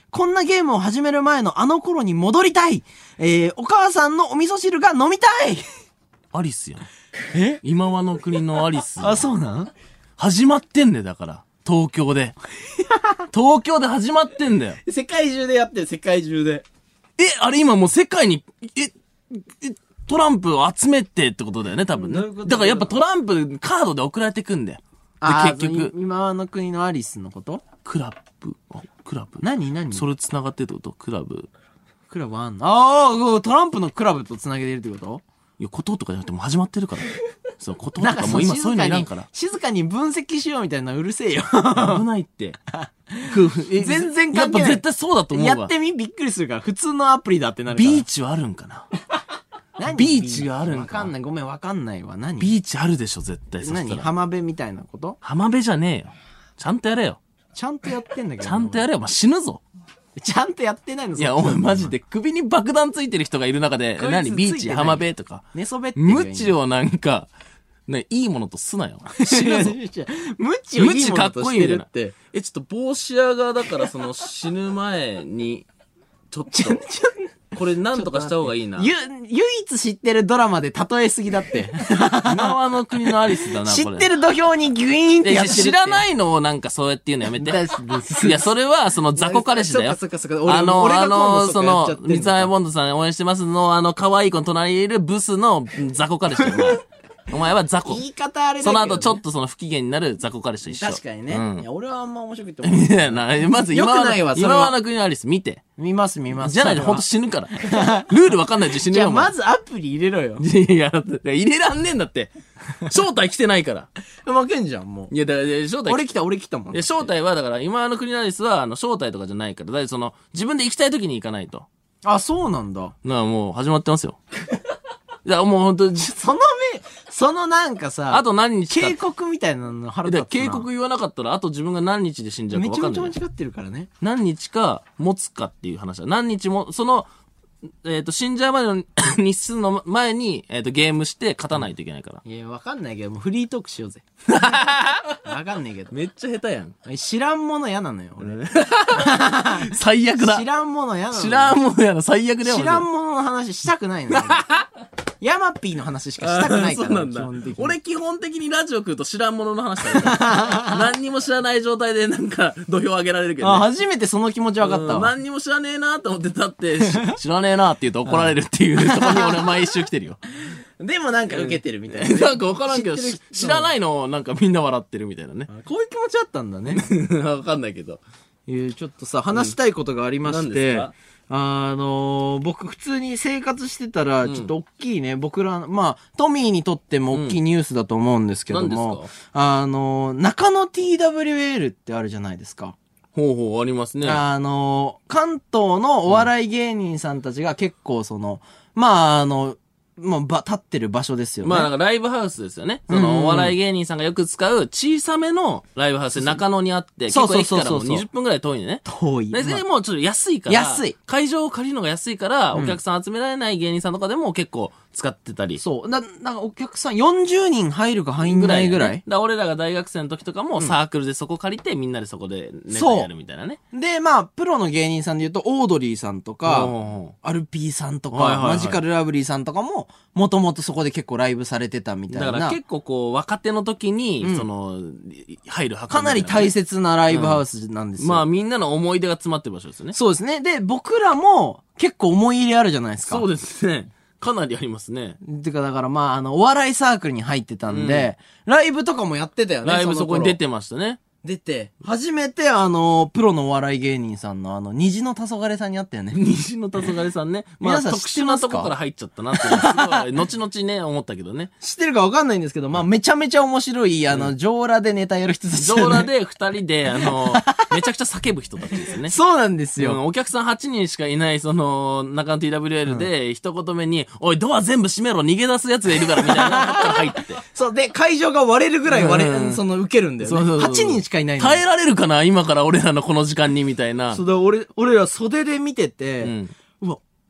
B: こんなゲームを始める前のあの頃に戻りたい。えー、お母さんのお味噌汁が飲みたい。
A: アリスやん。
B: え
A: 今はの国のアリス。
B: あ、そうなん？
A: 始まってんだよ、だから。東京で。東京で始まってんだよ。
B: 世界中でやってる、世界中で。
A: え、あれ今もう世界に、え、え、トランプを集めてってことだよね、多分ね。
B: どういうこと
A: だからやっぱトランプカードで送られてくんだよ。で、結局。
B: 今はの国のアリスのこと？
A: クラブ。あ、クラブ。
B: 何何
A: それ繋がってるってことクラブ。
B: クラブあんの？ああ、トランプのクラブと繋げてるってこと？
A: いや、こととかじゃなくてもう始まってるから。そう、こととかもう今そういうのいらんから。
B: 静かに分析しようみたいなうるせえよ。
A: 危ないって。
B: 全然関係ない。
A: やっぱ絶対そうだと思うわ。
B: やってみびっくりするから。普通のアプリだってなるから。
A: ビーチはあるんかな
B: 何
A: ビーチがあるんか。
B: わかんない。ごめん、わかんないわ。何
A: ビーチあるでしょ、絶対。そした
B: 何
A: ら。
B: 浜辺みたいなこと？
A: 浜辺じゃねえよ。ちゃんとやれよ。
B: ちゃんとやってんだけど。
A: ちゃんとやれよ。お前死ぬぞ。
B: ちゃんとやってないの？
A: いや、お前マジで首に爆弾ついてる人がいる中で、
B: こいつ
A: 何ビーチ、
B: ついてない
A: 浜辺とか。
B: 寝そべってるよ。
A: 無知をなんか、ね、いいものとすなよ。死ぬぞ。
B: 無知をいいものとしてるって。
A: え、ちょっと帽子屋が、だからその死ぬ前に、ちょっと、これなんとかした方がいいな。
B: ゆ、唯一知ってるドラマで例えすぎだって。
A: 今はの国のアリスだな、これ。
B: 知ってる土俵にギュイーンってやってるって。
A: 知らないのをなんかそうやって言うのやめて。いや、それは、その雑魚彼氏だよ。
B: そっかそっかそっか。
A: あの、あ
B: 俺が今度
A: の、その
B: そっかやっちゃってん、の
A: 三沢ボンドさん応援してますの、あの、可愛い子の隣にいるブスの雑魚彼氏だよ。お前は雑魚。
B: 言い方あれだけどね。
A: その後ちょっとその不機嫌になる雑魚彼氏と一緒。
B: 確かにね。
A: うん
B: いや、俺はあんま面白くて思う。
A: いや、な、まず今は
B: よくないわそれは
A: 今はの国のアリス見て。
B: 見ます見ます。
A: じゃないとほんと死ぬから。ルールわかんないと死ぬよ。
B: じゃあ
A: お前
B: まずアプリ入れろよ。
A: いや、入れらんねえんだって。正体来てないから。
B: 負けんじゃん、もう。
A: いや、だから、正体
B: 俺来た、俺来たもん。
A: いや、正体は、だから、今の国のアリスは、あの、正体とかじゃないから、だいたいその、自分で行きたい時に行かないと。
B: あ、そうなんだ。
A: なあ、もう、始まってますよ。いや、もう本当に、
B: その目、そのなんかさ、
A: あと何日か。
B: 警告みたいなの腹
A: で
B: 立つな。
A: 警告言わなかったら、あと自分が何日で死んじゃうか
B: めちゃ
A: 分かんない。
B: めちゃ間違ってるからね。
A: 何日か持つかっていう話だ。何日も、その、えっ、と、死んじゃうまでの日数の前に、えっ、と、ゲームして勝たないといけないから。
B: いや、わかんないけど、もうフリートークしようぜ。わかんないけど。
A: めっちゃ下手やん。
B: 知らんもの嫌なのよ、俺。
A: 最悪だ
B: 知。らんもの嫌なのよ。
A: 知らんもんやな、最悪だよ。
B: 知らんものの話したくないのよ。ヤマピーの話しかしたくないから。
A: そうなんだ
B: 基本的に。
A: 俺基本的にラジオ来ると知らんものの話だから何にも知らない状態でなんか土俵上げられるけど、
B: あ、
A: ね。
B: 初めてその気持ち分かった
A: うん
B: わ。
A: 何にも知らねえなと思ってたって、し知らねえなって言うと怒られるっていうところに俺は毎週来てるよ。
B: でもなんか受けてるみたいな。
A: なんか分からんけど、
B: 知ってる
A: し知らないのをなんかみんな笑ってるみたいなね。
B: こういう気持ちあったんだね。
A: 分かんないけど。
B: えーちょっとさ、話したいことがありま
A: 何
B: して、
A: ですか
B: あのー僕普通に生活してたら、
A: ん
B: ちょっと大きいね、僕ら、まあ、トミーにとっても大きいニュースだと思うんですけど
A: うん
B: も、
A: 何です
B: あのー中野 ティーダブリューエール ってあるじゃないですか。
A: ほうほう、ありますね。
B: あのー関東のお笑い芸人さんたちが結構その、まあ、あの、まあ、ば、立ってる場所ですよね。
A: まあなんかライブハウスですよね。そ
B: うんうん
A: のお笑い芸人さんがよく使う小さめのライブハウスで中野にあって、結
B: そうそう
A: 構駅からも
B: そうそう
A: にじゅっぷんぐらい遠いね。
B: 遠い。
A: で、それ
B: まあ
A: でもうちょっと安いから、
B: 安い
A: 会場を借りるのが安いから、
B: うん
A: お客さん集められない芸人さんとかでも結構使ってたり。
B: そう。だ、なんかお客さんよんじゅうにん入るか入んないぐらい。
A: ねだから俺らが大学生の時とかもサークルでそこ借りてみんなでそこでネタ
B: そう
A: やるみたいなね。
B: で、まあ、プロの芸人さんで言うと、オードリーさんとか、
A: お
B: アルピーさんとか、
A: はいはいはい
B: マジカルラブリーさんとかも、もともとそこで結構ライブされてたみたいな。
A: ーだから結構こう若手の時に、
B: うん
A: その、入る箱
B: かなり大
A: 切。
B: 切なライブハウスなんですよ。
A: まあみんなの思い出が詰まってる場所ですよね。
B: そうですね。で、僕らも結構思い入れあるじゃないですか。
A: そうですね。かなりありますね。
B: てか、だからまあ、あの、お笑いサークルに入ってたんで、ライブとかもやってたよね。
A: ライブ
B: の頃
A: そこに出てましたね。
B: 出て、初めてあの、プロのお笑い芸人さんのあの、虹の黄昏さんに会ったよね。
A: 虹の黄昏さんね。まあ
B: 皆さん
A: 特殊
B: 知ってますか
A: なとこから入っちゃったなっていうのはすごい、後々ね、思ったけどね。
B: 知ってるかわかんないんですけど、まあ、めちゃめちゃ面白い、あの、上裸でネタやる人たち、
A: 上裸。で二人で、あの、めちゃくちゃ叫ぶ人たちですね。
B: そうなんですよ。
A: うんお客さんはちにんしかいない、その、中野 ティーダブリューエル で、一言目に、おい、ドア全部閉めろ、逃げ出すやつがいるから、みたいなとこから入って。
B: そう、で、会場が割れるぐらい割れ、
A: うん
B: その、受けるんだよね。
A: そうそうそう
B: はちにんしかいないの。
A: 耐えられるかな今から俺らのこの時間に、みたいな。
B: そうだ、俺、俺ら袖で見てて、
A: うん。
B: うわ、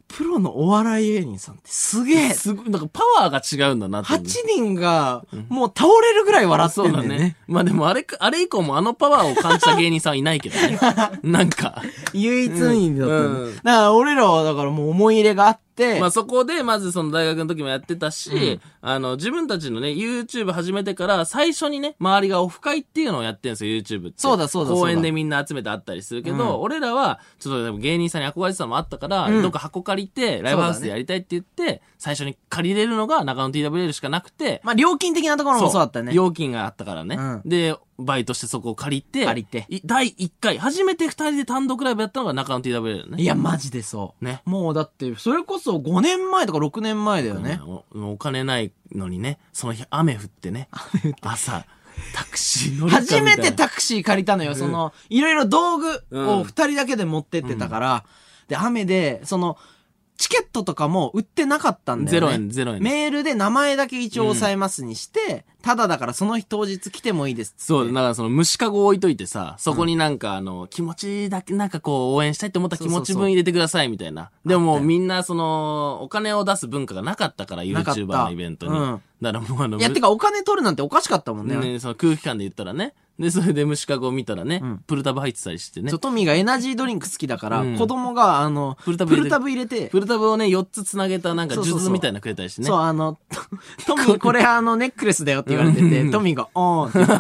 B: プロのお笑い芸人さんってすげえ。
A: すごい、なんかパワーが違うんだなって。
B: はちにんが、もう倒れるぐらい笑ってんだよね。
A: まあでもあれか、あれ以降もあのパワーを感じた芸人さんはいないけどね。なんか。
B: 唯一無二だった、ね
A: うんうん
B: だから俺らはだからもう思い入れがあって、
A: まあそこで、まずその大学の時もやってたし、うん、あの、自分たちのね、YouTube 始めてから最初にね、周りがオフ会っていうのをやってるんですよ、YouTube って。
B: そうだそうだそうだ。
A: 公園でみんな集めてあったりするけど、うん、俺らは、ちょっとでも芸人さんに憧れてたのもあったから、うん、どっか箱借りて、ライブハウスでやりたいって言って、最初に借りれるのが中野 ティーダブリューエル しかなくて、
B: まあ料金的なところもそうだったね。
A: 料金があったからね。うん、で、バイトしてそこを借りて、
B: 借りて。
A: だいいっかい、初めてふたりで単独ライブやったのが中野 ティーダブリューエル ね。
B: いや、マジでそう。
A: ね。
B: もうだって、それこそごねんまえとかろくねんまえだよね。
A: お, お金ないのにね、その日雨降ってね。雨降って。朝、タクシー乗るかみたいな。
B: 初めてタクシー借りたのよ。うん、その、いろいろ道具をふたりだけで持ってってたから、うん、で、雨で、その、チケットとかも売ってなかったんだよね。
A: ゼロえん、ゼロえん。
B: メールで名前だけ一応押さえますにして、うん、ただだからその日当日来てもいいですって。
A: そう、だからその虫かご置いといてさ、そこになんかあの、気持ちだけなんかこう応援したいって思ったら気持ち分入れてくださいみたいな。そうそうそうでももうみんなその、お金を出す文化がなかったから、YouTuber のイベントに。うん、だからもうあの、
B: いや、てかお金取るなんておかしかったもんね。
A: ね、その空気感で言ったらね。で、それで虫かごを見たらね、うん、プルタブ入ってたりしてね。
B: そう、トミーがエナジードリンク好きだから、うん、子供が、あの、プルタブ入れて、プルタブ入れて、
A: プルタブをね、よっつつなげたなんか、数珠みたいなのくれたりしてね。
B: そう、あの、トミー、これあの、ネックレスだよって言われてて、トミーが、おーって言ってました。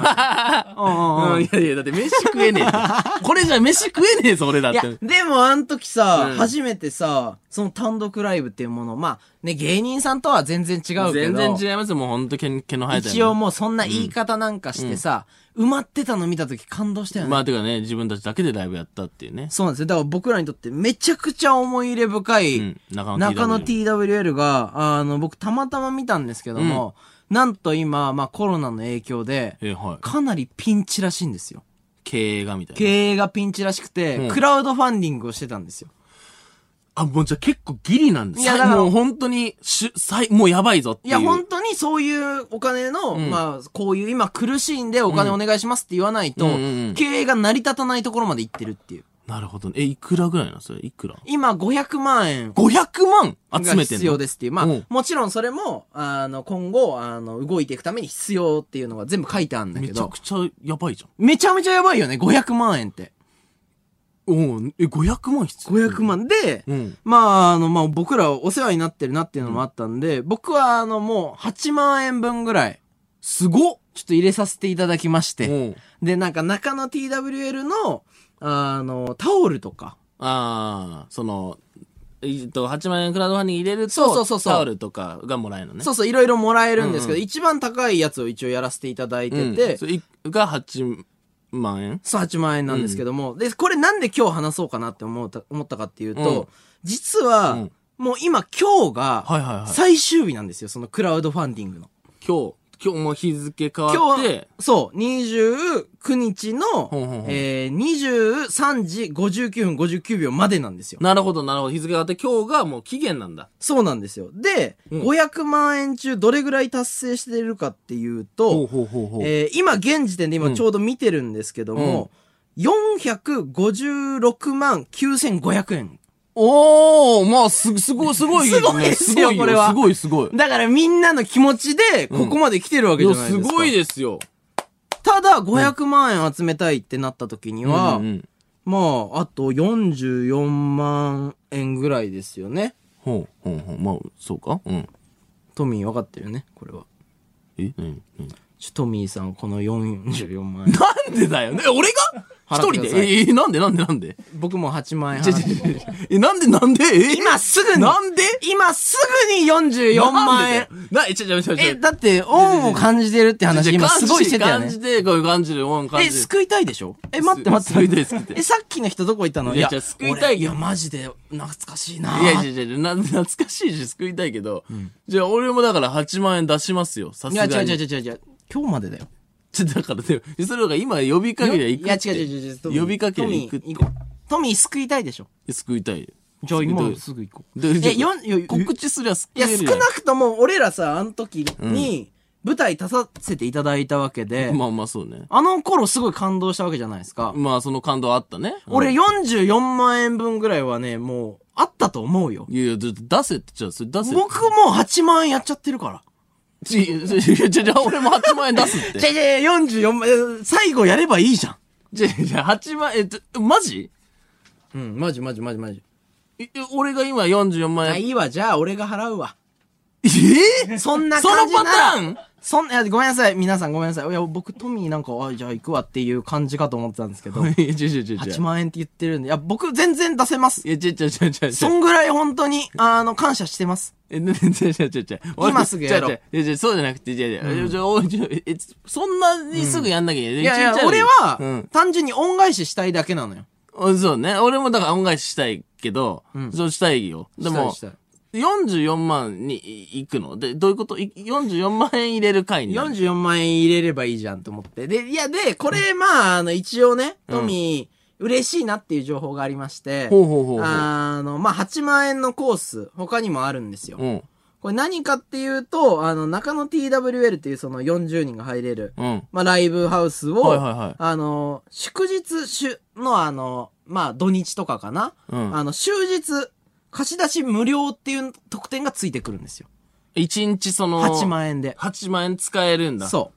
B: おーおー。
A: いやいや、だって飯食えねえ。これじゃ飯食えねえぞ、俺だって。い
B: や、でもあの時さ、うん、初めてさ、その単独ライブっていうもの、まあ、ね、芸人さんとは全然違うけど。
A: 全然違いますよ、もうほんと毛、毛の生えた、ね。
B: 一応もうそんな言い方なんかしてさ、うん、埋まってたの見た時感動したよね。
A: まあ、てかね、自分たちだけでライブやったっていうね。
B: そうなんですよ。だから僕らにとってめちゃくちゃ思い入れ深い、うん、中野 ティーダブリューエル が、あの、僕たまたま見たんですけども、うん、なんと今、まあコロナの影響で、
A: えはい、
B: かなりピンチらしいんですよ。
A: 経営がみたいな。
B: 経営がピンチらしくて、うん、クラウドファンディングをしてたんですよ。
A: あ、もうじゃあ結構ギリなんです。いや、だからもう本当に、し、さい、もうやばいぞっていう。
B: いや、本当にそういうお金の、うん、まあ、こういう今苦しいんでお金お願いしますって言わないと、うんうんうん、経営が成り立たないところまで行ってるっていう。
A: なるほどね。え、いくらぐらいなのそれいくら
B: 今ごひゃくまんえん。
A: ごひゃくまん集めてんのが
B: 必要ですっていう。まあ、うん、もちろんそれも、あの、今後、あの、動いていくために必要っていうのが全部書いてあるんだけど。
A: めちゃくちゃやばいじゃん。
B: めちゃめちゃやばいよね。ごひゃくまんえんって。
A: おうえ、ごひゃくまん必要 ?
B: ごひゃくまんで、うん、まあ、あの、まあ、僕らお世話になってるなっていうのもあったんで、うん、僕はあの、もうはちまんえんぶんぐらい。
A: すごっ
B: ちょっと入れさせていただきまして。で、なんか中野 ティーダブリューエル の、あの、タオルとか。
A: ああ、その、えっと、はちまんえんクラウドファンディング入れると、
B: そうそうそうそう
A: タオルとかがもらえるのね。
B: そうそう、いろいろもらえるんですけど、うんうん、一番高いやつを一応やらせていただいてて。うん、
A: それがはちまんえん
B: そう、はちまんえんなんですけども。うん、で、これなんで今日話そうかなって思った、思ったかっていうと、うん、実は、うん、もう今今日が、最終日なんですよ、そのクラウドファンディングの。
A: 今日今日も日付変わって。
B: そう、にじゅうくにちの、ほんほんほんえー、にじゅうさんじごじゅうきゅうふんごじゅうきゅうびょうまでなんですよ。
A: なるほど、なるほど。日付変わって今日がもう期限なんだ。
B: そうなんですよ。で、うん、ごひゃくまんえん中どれぐらい達成してるかっていうと、ほうほうほうほうえー、今現時点で今ちょうど見てるんですけども、うん、よんひゃくごじゅうろくまんきゅうせんごひゃくえん。
A: おー、まあ、す、すごい、すごい、ね。
B: すごいですよ、これは。
A: すごい、すごい。
B: だからみんなの気持ちで、ここまで来てるわけじゃないですか。
A: うん、いや、すごいですよ。
B: ただ、ごひゃくまんえん集めたいってなった時には、うんうん、まあ、あとよんじゅうよんまんえんぐらいですよね。
A: ほう、ほう、ほう、まあ、そうかうん。
B: トミー分かってるよね、これは。
A: え何何
B: ちょ、トミーさん、このよんじゅうよんまんえん。
A: なんでだよね俺が一人でえ、え、なんでなんでなんで
B: 僕もはちまんえん払って
A: え、なんでなんでえ
B: 今すぐに
A: なんで
B: 今すぐによんじゅうよんまんえん
A: な、え、ちょ、ちょ、ちょ、
B: え、だって、恩を感じてるって話今すごいしてたよね。
A: 感じて、こういう感じる、恩感じ
B: て。え、救いたいでしょえ、待って待って。
A: 救いたい、救いたい。
B: え、さっきの人どこ行ったの
A: いや、救いたい。
B: いや、マジで懐かしいな。
A: いやいやいやいや、な、懐かしいし救いたいけど、じゃあ俺もだからはちまんえん出しますよ、さすがに。
B: いや、違う違う違う違う。今日までだよ。
A: ちょ、だからでも、それが今呼びかけりゃ行くって。
B: いや、違う違う違う。
A: 呼びかけりゃ行くって。
B: トミー救いたいでしょ
A: 救いたい。
B: じゃあ今すぐ行こう。
A: え、よん、告知すりゃ救えるやん。
B: いや、少なくとも俺らさ、あの時に、舞台立たせていただいたわけで。
A: まあまあそうね。
B: あの頃すごい感動したわけじゃないですか。
A: まあその感動あったね。
B: 俺よんじゅうよんまんえんぶんぐらいはね、もう、 あったと思うよ。
A: いやいや、出せって、じゃあ、それ出せって。
B: 僕もうはちまん円やっちゃってるから。
A: ち、ち、ち、ち、ち、俺もはちまん円出すって。
B: じゃじゃよんじゅうよんまん円、最後やればいいじゃん。
A: じゃ、じゃ、はちまん円、え、マジ？
B: うん、マジマジマジマジ。
A: え、俺が今よんじゅうよんまん円。
B: あ、いいわ、じゃあ俺が払うわ。
A: えぇ
B: そんな感じな
A: そのパターン
B: そん、いや、ごめんなさい。皆さんごめんなさい。いや、僕、トミーなんか、あ、じゃあ行くわっていう感じかと思ってたんですけど。
A: いや、ちょちょちょ。
B: はちまん円って言ってるんで。いや、僕全然出せます
A: い。や、ちょちょちょちょ。
B: そんぐらい本当に、あの、感謝してます。
A: え、ね、ちょちょちょちょ。
B: 今すぐやろう。
A: いや、ちょ、そうじゃなくて、いやいや、ちょ、おい、ちょ、え、そんなにすぐやんなきゃいけない。
B: いやいや、俺は、単純に恩返ししたいだけなのよ。
A: そうね。俺もだから恩返ししたいけど、そうしたいよ。でも、よんじゅうよんまんに行くので、どういうこと？ よんじゅうよんまん円入れる回になる。
B: よんじゅうよんまん円入れればいいじゃんと思って。で、いや、で、これ、まあ、あの、一応ね、トミー、嬉しいなっていう情報がありまして、
A: ほうほうほうほう。
B: あの、まあ、はちまん円のコース、他にもあるんですよ。
A: うん。
B: これ何かっていうと、あの、中野 ティーダブリューエル っていうそのよんじゅうにんが入れる、
A: うん。
B: まあ、ライブハウスを、
A: はいはいはい。
B: あの、祝日週のあの、まあ、土日とかかな。
A: うん。
B: あの、終日、貸し出し無料っていう特典がついてくるんですよ。
A: いちにちその、
B: はちまん円で。
A: はちまん円使えるんだ。
B: そう。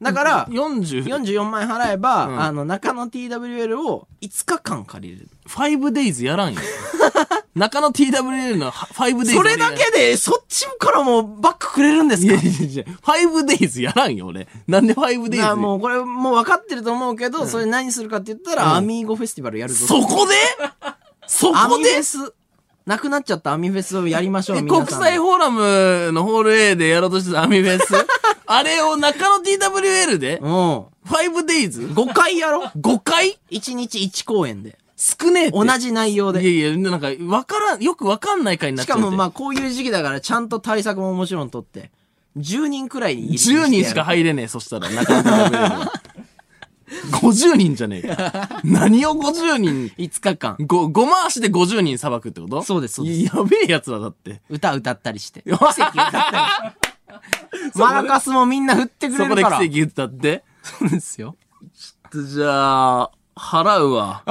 B: だから、
A: よんじゅう、
B: よんじゅうよんまん円払えば、
A: うん、
B: あの、中野 ティーダブリューエル をいつかかん借りれる。
A: ファイブデイズやらんよ。中野 ティーダブリューエル のファイブデイズ。
B: それだけで、そっちからもバックくれるんですか？
A: いやいやいや、ファイブデイズやらんよ、俺。なんでファイブデイズ？
B: なもうこれもう分かってると思うけど、うん、それ何するかって言ったら、うん、アミーゴフェスティバルやるぞ。
A: そこでそこで
B: アミフェス。なくなっちゃったアミフェスをやりましょう、皆さん。
A: 国際フォーラムのホール A でやろうとしてたアミフェスあれを中野 ティーダブリューエル でうん。ファイブデイズ
B: ごかいやろ ?
A: ご 回
B: ?いちにちいち公演で。
A: 少ねえって。
B: 同じ内容で。
A: いやいや、なんか、わからん、よくわかんない回になっちゃう。
B: しかもまあ、こういう時期だからちゃんと対策ももちろん取って、じゅうにんくらいに入れて
A: じゅうにんしか入れねえ、そしたら、中野 ティーダブリューエル は。ごじゅうにんじゃねえか。何をごじゅうにん ?
B: いつかかん。
A: ご、ご回しでごじゅうにん裁くってこと？
B: そうです、そうです。
A: やべえやつだ、だって。
B: 歌歌ったりして。奇跡歌ったりして。マラカスもみんな振ってくれるから。
A: そこで奇跡歌って。
B: そうですよ。
A: ちょっとじゃあ、払うわ。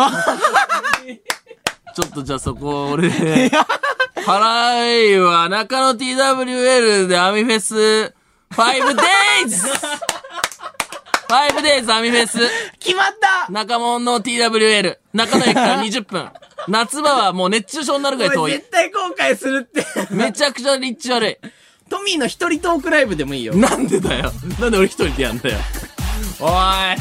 A: ちょっとじゃあそこ、俺、払いは、中野 ティーダブリューエル でアミフェス、ファイブデイズファイブデイズアミフェス。
B: 決まった
A: 中門の ティーダブリューエル。中野駅からにじゅっぷん。夏場はもう熱中症になるぐらい遠い。
B: 絶対後悔するって。
A: めちゃくちゃ立地悪い。
B: トミーの一人トークライブでもいいよ。
A: なんでだよ。なんで俺一人でやんだよ。おーい。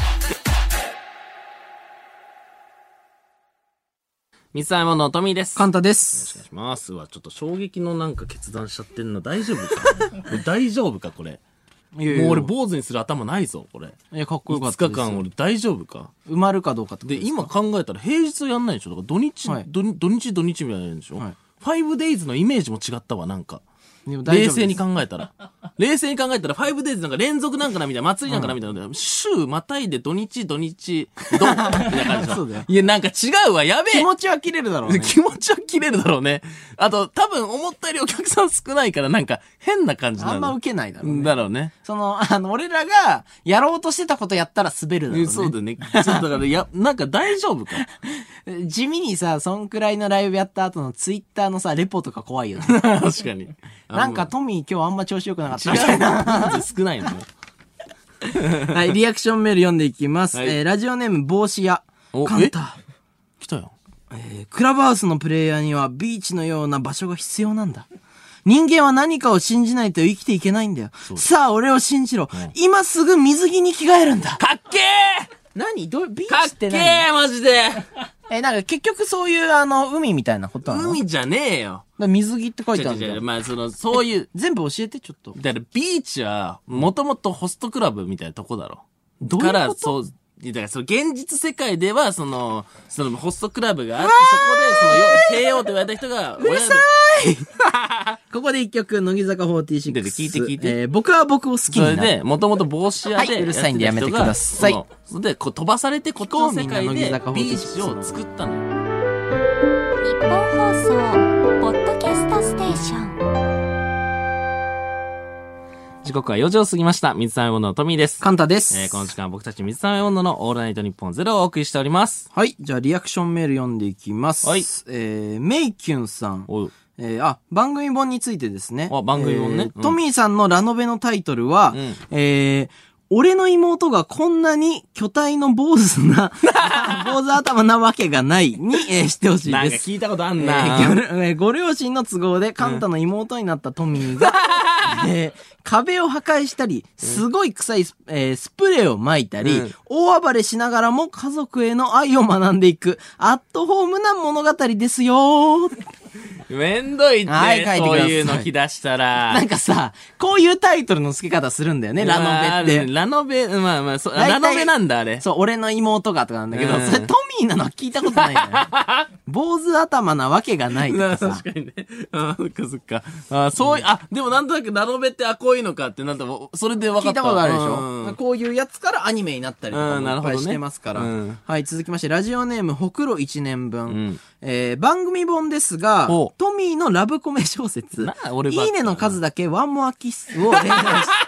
A: ミスアイモンのトミーです。
B: カンタです。
A: よろしくお願いします。わ、ちょっと衝撃のなんか決断しちゃってんの大丈夫か大丈夫かこれ。いやいやもう俺坊主にする頭ないぞ、これ。
B: いや、かっこよかったです。
A: いつかかん俺大丈夫か
B: 埋まるかどうかってこと
A: で、今考えたら平日やんないでしょだから土日、はい、土日土日みたいなやんでしょ、はい、ファイブデイズのイメージも違ったわ、なんか。冷静に考えたら。冷静に考えたら、ファイブデイズなんか連続なんかなみたいな、祭りなんかなみたいな、うん、週またいで土日土日、ドンみたいな感じだ。そうだよ。いや、なんか違うわ、やべえ。
B: 気持ちは切れるだろうね。
A: 気持ちは切れるだろうね。あと、多分思ったよりお客さん少ないから、なんか変な感じなの。
B: あんま受けないだろうね。
A: だろうね。
B: その、あの、俺らがやろうとしてたことやったら滑るだろうね。
A: そうだね。そうだから、や、なんか大丈夫か。
B: 地味にさ、そんくらいのライブやった後のツイッターのさ、レポとか怖いよね。
A: 確かに。
B: なんかトミー今日あんま調子良くなかった。
A: 違うな。少ないの。
B: はい、リアクションメール読んでいきます。はい、えー、ラジオネーム帽子屋。カンタ。
A: 来たよ。
B: えー、クラブハウスのプレイヤーにはビーチのような場所が必要なんだ。人間は何かを信じないと生きていけないんだよ。さあ、俺を信じろ。うん、今すぐ水着に着替えるんだ。
A: かっけー
B: 何どう、ビーチって何？
A: かっけーマジで
B: え、なんか結局そういうあの、海みたいなことなの？
A: 海じゃねえよ。
B: 水着って書いてあるんだよ。
A: まあその、そういう。
B: 全部教えてちょっと。
A: だからビーチは、もともとホストクラブみたいなとこだろ。
B: どういうこと？
A: から、そう、だからその現実世界では、その、そのホストクラブがあって、そこで、その、ケーオー と言われた人が、
B: うるさいここで一曲、乃木坂フォーティーシックス。
A: 聞いて聞いて。
B: えー、僕は僕を好きになる。
A: それで、もともと帽子屋で、
B: はい、うるさいんでやめてください。
A: それで、こう飛ばされて、こっちの世界で、ビーチを作ったのよ。
C: 日本放送、ポッドキャストステーション。
A: 時刻はよじを過ぎました。水溜りボンドのトミーです。
B: カンタです。
A: えー、この時間は僕たち水溜りボンドのオールナイトニッポンゼロをお送りしております。
B: はい。じゃあ、リアクションメール読んでいきます。
A: はい。
B: えー、メイキュンさん。
A: おう。
B: えー、あ、番組本についてですね。
A: あ、番組本ね。
B: えーうん、トミーさんのラノベのタイトルは、うん、えー、俺の妹がこんなに巨体の坊主な、坊主頭なわけがないに、えー、してほしいです。
A: なんか聞いたことあんな、
B: えーえー、ご両親の都合でカンタの妹になったトミーが、うんえー、壁を破壊したり、すごい臭いス,、えー、スプレーを撒いたり、うん、大暴れしながらも家族への愛を学んでいく、アットホームな物語ですよー。
A: めんどいって、
B: はい、書いてください。
A: そういうの来だしたら。
B: なんかさ、こういうタイトルの付け方するんだよね、ラノベって。
A: ラノベ、まあまあ、そラノベなんだ、あれ。
B: そう、俺の妹がとかなんだけど、うん、それトミーなのは聞いたことないんだよね。坊主頭なわけがないとかさ。
A: 確かにね。あそっかそっか。あそういう、あ、でもなんとなくラノベってあ、こういうのかってなんだそれで分かった。
B: 聞いたことあるでしょ、うん、こういうやつからアニメになったりとかもいっぱいしてますから。
A: うんねうん、
B: はい、続きまして、ラジオネーム、ほくろいちねんぶん。うんえー、番組本ですが、トミーのラブコメ小説、いいねの数だけワンモアキスを連載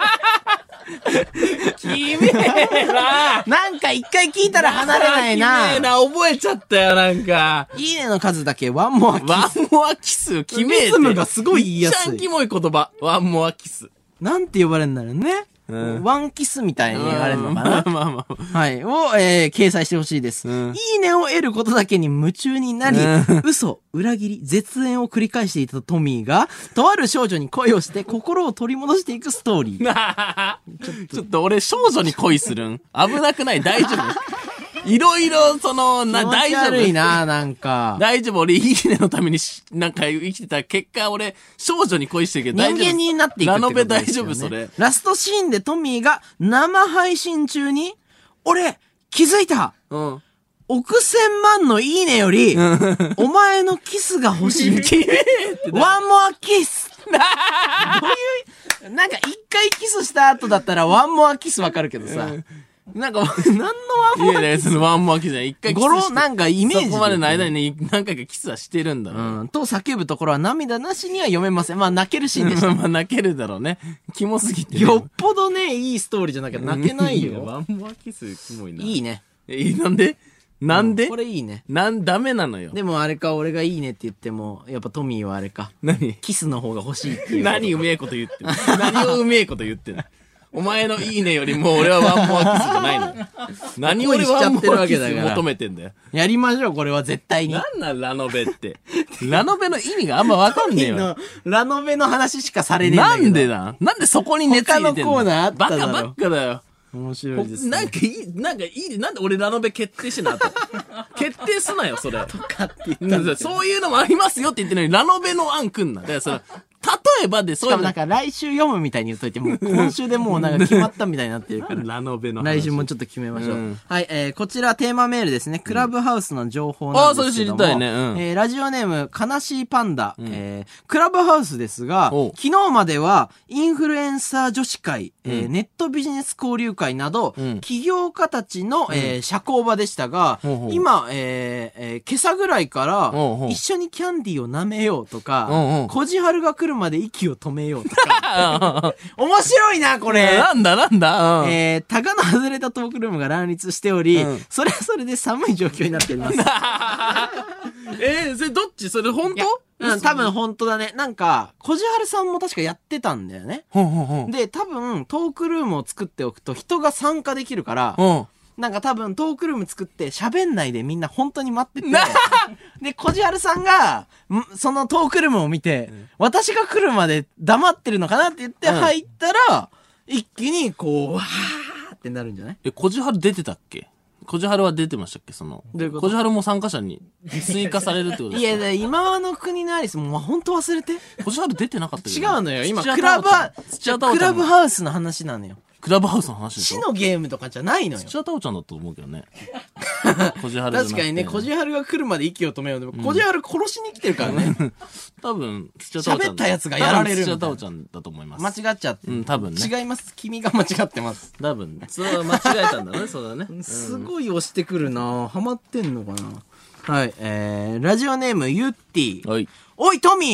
A: して。きめえな
B: なんか一回聞いたら離れないな。
A: きめえな、覚えちゃったよ、なんか。
B: いいねの数だけワンモアキス。
A: ワンモアキス、きめえって。
B: リズムがすごい言いやすい。
A: 一番キモい言葉、ワンモアキス。
B: なんて呼ばれるんだろうね。うん、ワンキスみたいに言われるのかな、
A: まあまあまあ、
B: はい。を、えー、掲載してほしいです、うん。いいねを得ることだけに夢中になり、うん、嘘、裏切り、絶縁を繰り返していたトミーが、とある少女に恋をして心を取り戻していくストーリー。
A: ちょっと、ちょっと俺少女に恋するん危なくない大丈夫いろいろ、その、な、大丈夫。
B: 悪いな、なんか。
A: 大丈夫。俺、いいねのためにし、なんか生きてた結果、俺、少女に恋してるけど、大丈夫。
B: 人間になっていくってことですよね。
A: ラノベ大丈夫、それ。
B: ラストシーンでトミーが生配信中に、俺、気づいた。うん。億千万のいいねより、お前のキスが欲しい。ワンモアキス。どういう、なんか一回キスした後だったらワンモアキスわかるけどさ。うんなんか、何のワンモアキスいやいや、そのワンモアキスじゃない。一回キスして。語呂、なんかイメージ。
A: そこまでの間に何回かキスはしてるんだろう。
B: うん。と叫ぶところは涙なしには読めません。まあ泣けるシーンでした。
A: まあ泣けるだろうね。キモすぎて、
B: ね。よっぽどね、いいストーリーじゃなきゃ泣けないよ。
A: ワンモアキスキモいな。
B: いいね。
A: え、なんでなんで、うん、
B: これいいね。
A: なん、ダメなのよ。
B: でもあれか、俺がいいねって言っても、やっぱトミーはあれか。
A: 何
B: キスの方が欲しいっていう。
A: 何うめえこと言ってんの何をうめえこと言ってんのお前のいいねよりも俺はワンモアキスじゃないの。何を俺ワンモアキス求めてんだよ。
B: やりましょう、これは絶対に。
A: なんなんラノベって。ラノベの意味があんまわかんねえよ。
B: ラノベの話しかされねえんだけど。
A: なんでだなんでそこに熱入れてんの
B: 他のコーナーあっただろ。
A: バカばっかだよ。
B: 面白いですね。
A: なんかいい、なんかいい、なんで俺ラノベ決定してなと。決定すなよ、それ。
B: とかって言った
A: そういうのもありますよって言ってるのに、ラノベの案くんな。だからそれ、例えばでそういう
B: の。しかもなんか来週読むみたいに言っといて、もう今週でもうなんか決まったみたいになってるから。
A: ラノベの
B: 話。来週もちょっと決めましょう。うん、はい、えー、こちらテーマメールですね。クラブハウスの情報なんですけども。ああ、それ知りたいね。うん、えー、ラジオネーム、悲しいパンダ。うん、えー、クラブハウスですが、昨日まではインフルエンサー女子会、うん、えー、ネットビジネス交流会など、うん、起業家たちの、えー、社交場でしたが、うん、今、えーえー、今朝ぐらいから、うん、一緒にキャンディーを舐めようとか、うん、こじはるが来るまで息を止めようとか。面白いな、これ。
A: なんだなんだ、
B: うん、えー、タガの外れたトークルームが乱立しており、うん、それはそれで寒い状況になっております。
A: えー、それどっちそれ本当
B: うん、多分本当だね。なんか、こじはるさんも確かやってたんだよね。
A: ほんほんほん
B: で、多分、トークルームを作っておくと人が参加できるから、
A: うん
B: なんか多分トークルーム作って喋んないでみんな本当に待ってて。で、こじはるさんが、そのトークルームを見て、うん、私が来るまで黙ってるのかなって言って入ったら、うん、一気にこう、わーってなるんじゃない？
A: え、こじはる出てたっけ？こじはるは出てましたっけその。こじはるも参加者に追加されるってことですか？
B: いや、今の国のアリスもう本当忘れて。
A: こじはる出てなかったけど。
B: 違うのよ。今、クラブハ、クラブハウスの話なのよ。
A: クラブハウスの話でしょ？
B: 死のゲームとかじゃないのよ。
A: 土屋太鳳ちゃんだと思うけどね。こじはる
B: 確かにね、こじはるが来るまで息を止めよう。でも、こじはる殺しに来てるからね。
A: 多分、土屋太鳳ちゃん。
B: 喋ったやつがやられる。
A: 土屋太鳳ちゃんだと思います。
B: 間違っちゃって。
A: うん、多分ね。
B: 違います。君が間違ってます。
A: 多分、そう、間違えたんだね、そうだね。
B: すごい押してくるなハマってんのかなはい、えー、ラジオネーム、ゆってぃ。
A: はい。
B: おい、トミー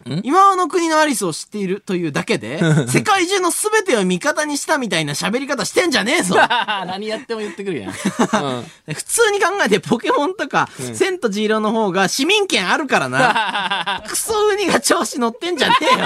B: 今はの国のアリスを知っているというだけで、世界中の全てを味方にしたみたいな喋り方してんじゃねえぞ。
A: 何やっても言ってくるやん。うん、
B: 普通に考えてポケモンとか、うん、千と千尋の方が市民権あるからな。クソウニが調子乗ってんじゃねえよ。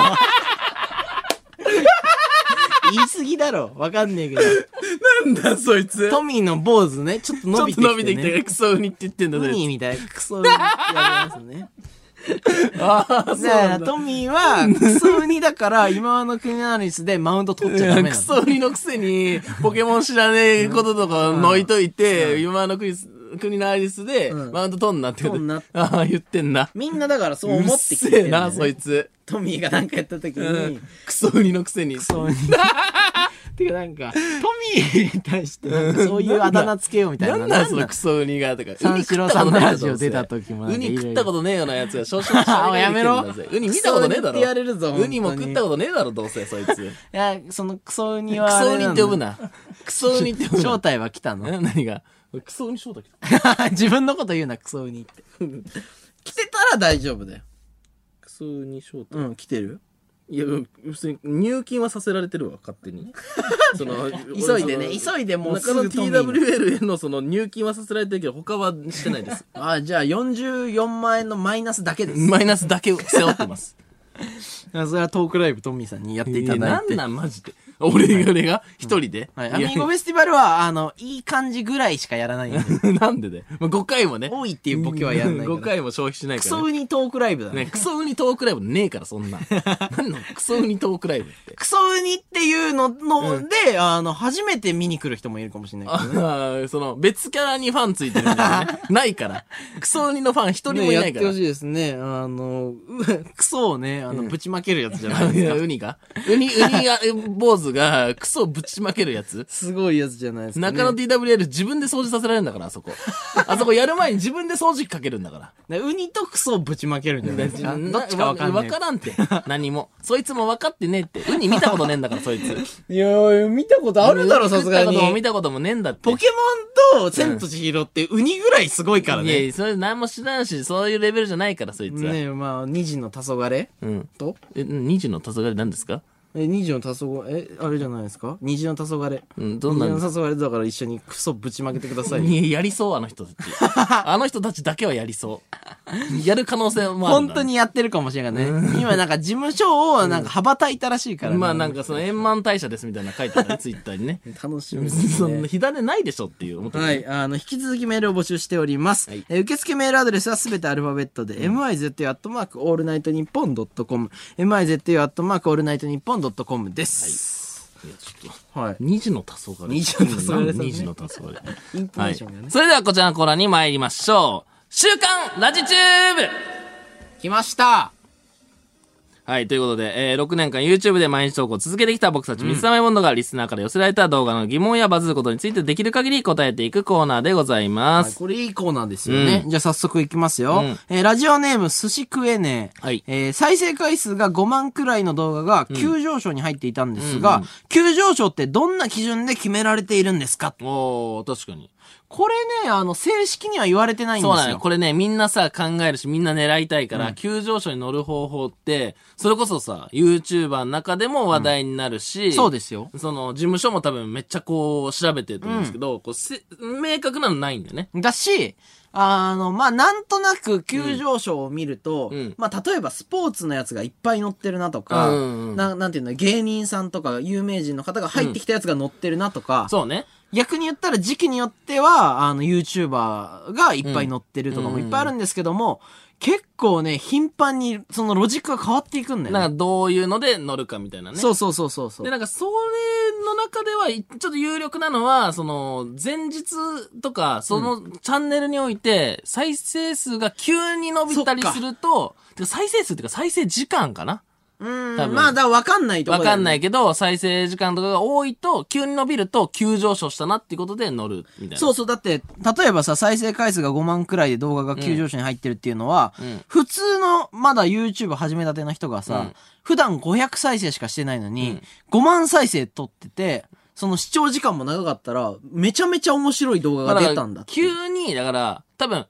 B: 言い過ぎだろ。わかんねえけど。
A: なんだそいつ。
B: トミーの坊主ね、ちょっと伸びてきて、ね。ちょっと伸びてきて、
A: クソウニって言ってんだね。
B: ウニみたいなクソウニってやりますね。ああ、そうだ。トミーは、クソウニだから、今の国のアリスでマウント取っちゃダメなの。
A: クソウニのくせに、ポケモン知らねえこととかのいといて、うん、今の国、国のアリスで、マウント取んなってこと。うん、ああ、言ってんな。
B: みんなだからそう思ってきてる、ね。うっせえ
A: な、そいつ。
B: トミーがなんかやった時に、うん、
A: クソウニのくせに。
B: クソウニ。てかなんか、トミーに対してなんかそういうあだ名つけようみたいな。
A: なんだそのクソウニがとか。
B: 三四郎さんのラジオ出た時も。
A: ウニ食ったことねえようなやつが少々しゃ
B: やめろ。
A: ウニ見たことねえだろ。
B: やれるぞ。
A: ウニも食ったことねえだろ、どうせ、そいつ。い
B: や、そのクソウニは。
A: クソウニって呼ぶな。クソウニって呼ぶな。
B: 正体は来たの？
A: 何が？クソウニ正体来た。
B: 自分のこと言うな、クソウニって。来てたら大丈夫だよ。
A: クソウニ正体。
B: うん、来てる？
A: いや、普通に入金はさせられてるわ、勝手に。
B: その、急いでね、急いでもうすぐ
A: 中の ティーダブリューエル へのその入金はさせられてるけど、他はしてないです。
B: あ、じゃあよんじゅうよんまん円のマイナスだけです。
A: マイナスだけを背負ってます。
B: それはトークライブトミーさんにやっていただいて。
A: なんなんマジで。俺が、俺が一人で。
B: はい。アミーゴフェスティバルは、あの、いい感じぐらいしかやらないんで。
A: なんででごかいもね。
B: 多いっていうボケはやらないから。
A: ごかいも消費しないから。
B: クソウニトークライブだ
A: ね。クソウニトークライブねえから、そんな。何のクソウニトークライブって。
B: クソウニっていうのので、あの、初めて見に来る人もいるかもしれないけどね。
A: ああ、その、別キャラにファンついてるみたいなね。ないから。クソウニのファン一人もいないから。
B: やってほしいですね。あの、クソをね、あの、ぶちまけるやつじゃないですか。
A: ウニがウニ、ウニが、坊主がクソをぶちまけるやつ
B: すごいやつじゃないですか、ね。
A: 中野 ティーダブリューエル 自分で掃除させられるんだから、あそこ。あそこやる前に自分で掃除機かけるんだから。
B: ウニとクソをぶちまけるんじゃないですか。どっちかわかんない。
A: わからんって。何も。そいつも分かってねえって。ウニ見たことねえんだから、そいつ。
B: いやー、見たことあるだろ、さすがに。
A: 見たことも見たこともねえんだって。
B: ポケモンと千と千尋ってウニぐらいすごいからね。
A: いやいや、それ何も知らんし、そういうレベルじゃないから、そいつは。
B: ねえ、まあ、二児の黄昏
A: うん。
B: と
A: え、二児の黄昏何ですか
B: え、二児の黄昏、え、あれじゃないですか？虹の黄昏。
A: うん、どんな
B: 虹の黄昏だから一緒にクソぶちまけてください。
A: いや、やりそう、あの人たち。あの人たちだけはやりそう。やる可能性もある。
B: 本当にやってるかもしれないね。今なんか事務所をなんか羽ばたいたらしいからね。
A: まあなんかその円満退社ですみたいな書いてあるね、ツイッターにね。
B: 楽しみですね。
A: そんな火種ないでしょっていう思ってる。
B: はい。あの、引き続きメールを募集しております。はい、えー、受付メールアドレスはすべてアルファベットで、うん、ミズアットマークオールナイトニッポンドットコム、ミズアットマークオールナイトニッポンドットコムです。はい、いやちょっと、はい。二児の黄昏。
A: 二児の黄昏。二児の黄昏。イントネーションがね、はい。それではこちらのコーナーに参りましょう。週刊ラジチューブ
B: 来ました。
A: はい、ということで、えー、ろくねんかん YouTube で毎日投稿を続けてきた僕たち水溜りボンドがリスナーから寄せられた動画の疑問やバズることについてできる限り答えていくコーナーでございます。
B: はい、これいいコーナーですよね。うん、じゃあ早速いきますよ。うん、えー、ラジオネーム寿司食えねえ。はい。えー、再生回数がごまんくらいの動画が急上昇に入っていたんですが、うんうんうん、急上昇ってどんな基準で決められているんですか？
A: おー、確かに。
B: これね、あの、正式には言われてないんですよ。
A: そうだね。これね、みんなさ、考えるし、みんな狙いたいから、うん、急上昇に乗る方法って、それこそさ、YouTuber の中でも話題になるし、うん、
B: そうですよ。
A: その、事務所も多分めっちゃこう、調べてると思うんですけど、うん、こうせ、明確なのないんだよね。
B: だし、あの、まあ、なんとなく急上昇を見ると、うん、まあ、例えばスポーツのやつがいっぱい載ってるなとか、うんうん、ななんていうの、芸人さんとか有名人の方が入ってきたやつが載ってるなとか、
A: うん、そうね。
B: 逆に言ったら時期によっては、あの、YouTuber がいっぱい載ってるとかもいっぱいあるんですけども、うん、結構ね、頻繁にそのロジックが変わっていくんだよね。
A: なんかどういうので乗るかみたいなね。
B: そうそうそうそうそう。
A: で、なんかそれの中では、ちょっと有力なのは、その、前日とか、そのチャンネルにおいて、再生数が急に伸びたりすると、てか再生数っていうか再生時間かな。
B: うん。まあ、だわかんないとこ
A: わかんないけど、再生時間とかが多いと、急に伸びると、急上昇したなっていうことで乗る、みたいな。
B: そうそう。だって、例えばさ、再生回数がごまんくらいで動画が急上昇に入ってるっていうのは、うん、普通の、まだ YouTube 始めたての人がさ、うん、普段ごひゃく再生しかしてないのに、うん、ごまん再生撮ってて、その視聴時間も長かったら、めちゃめちゃ面白い動画が出たんだって。
A: 急に、だから、多分、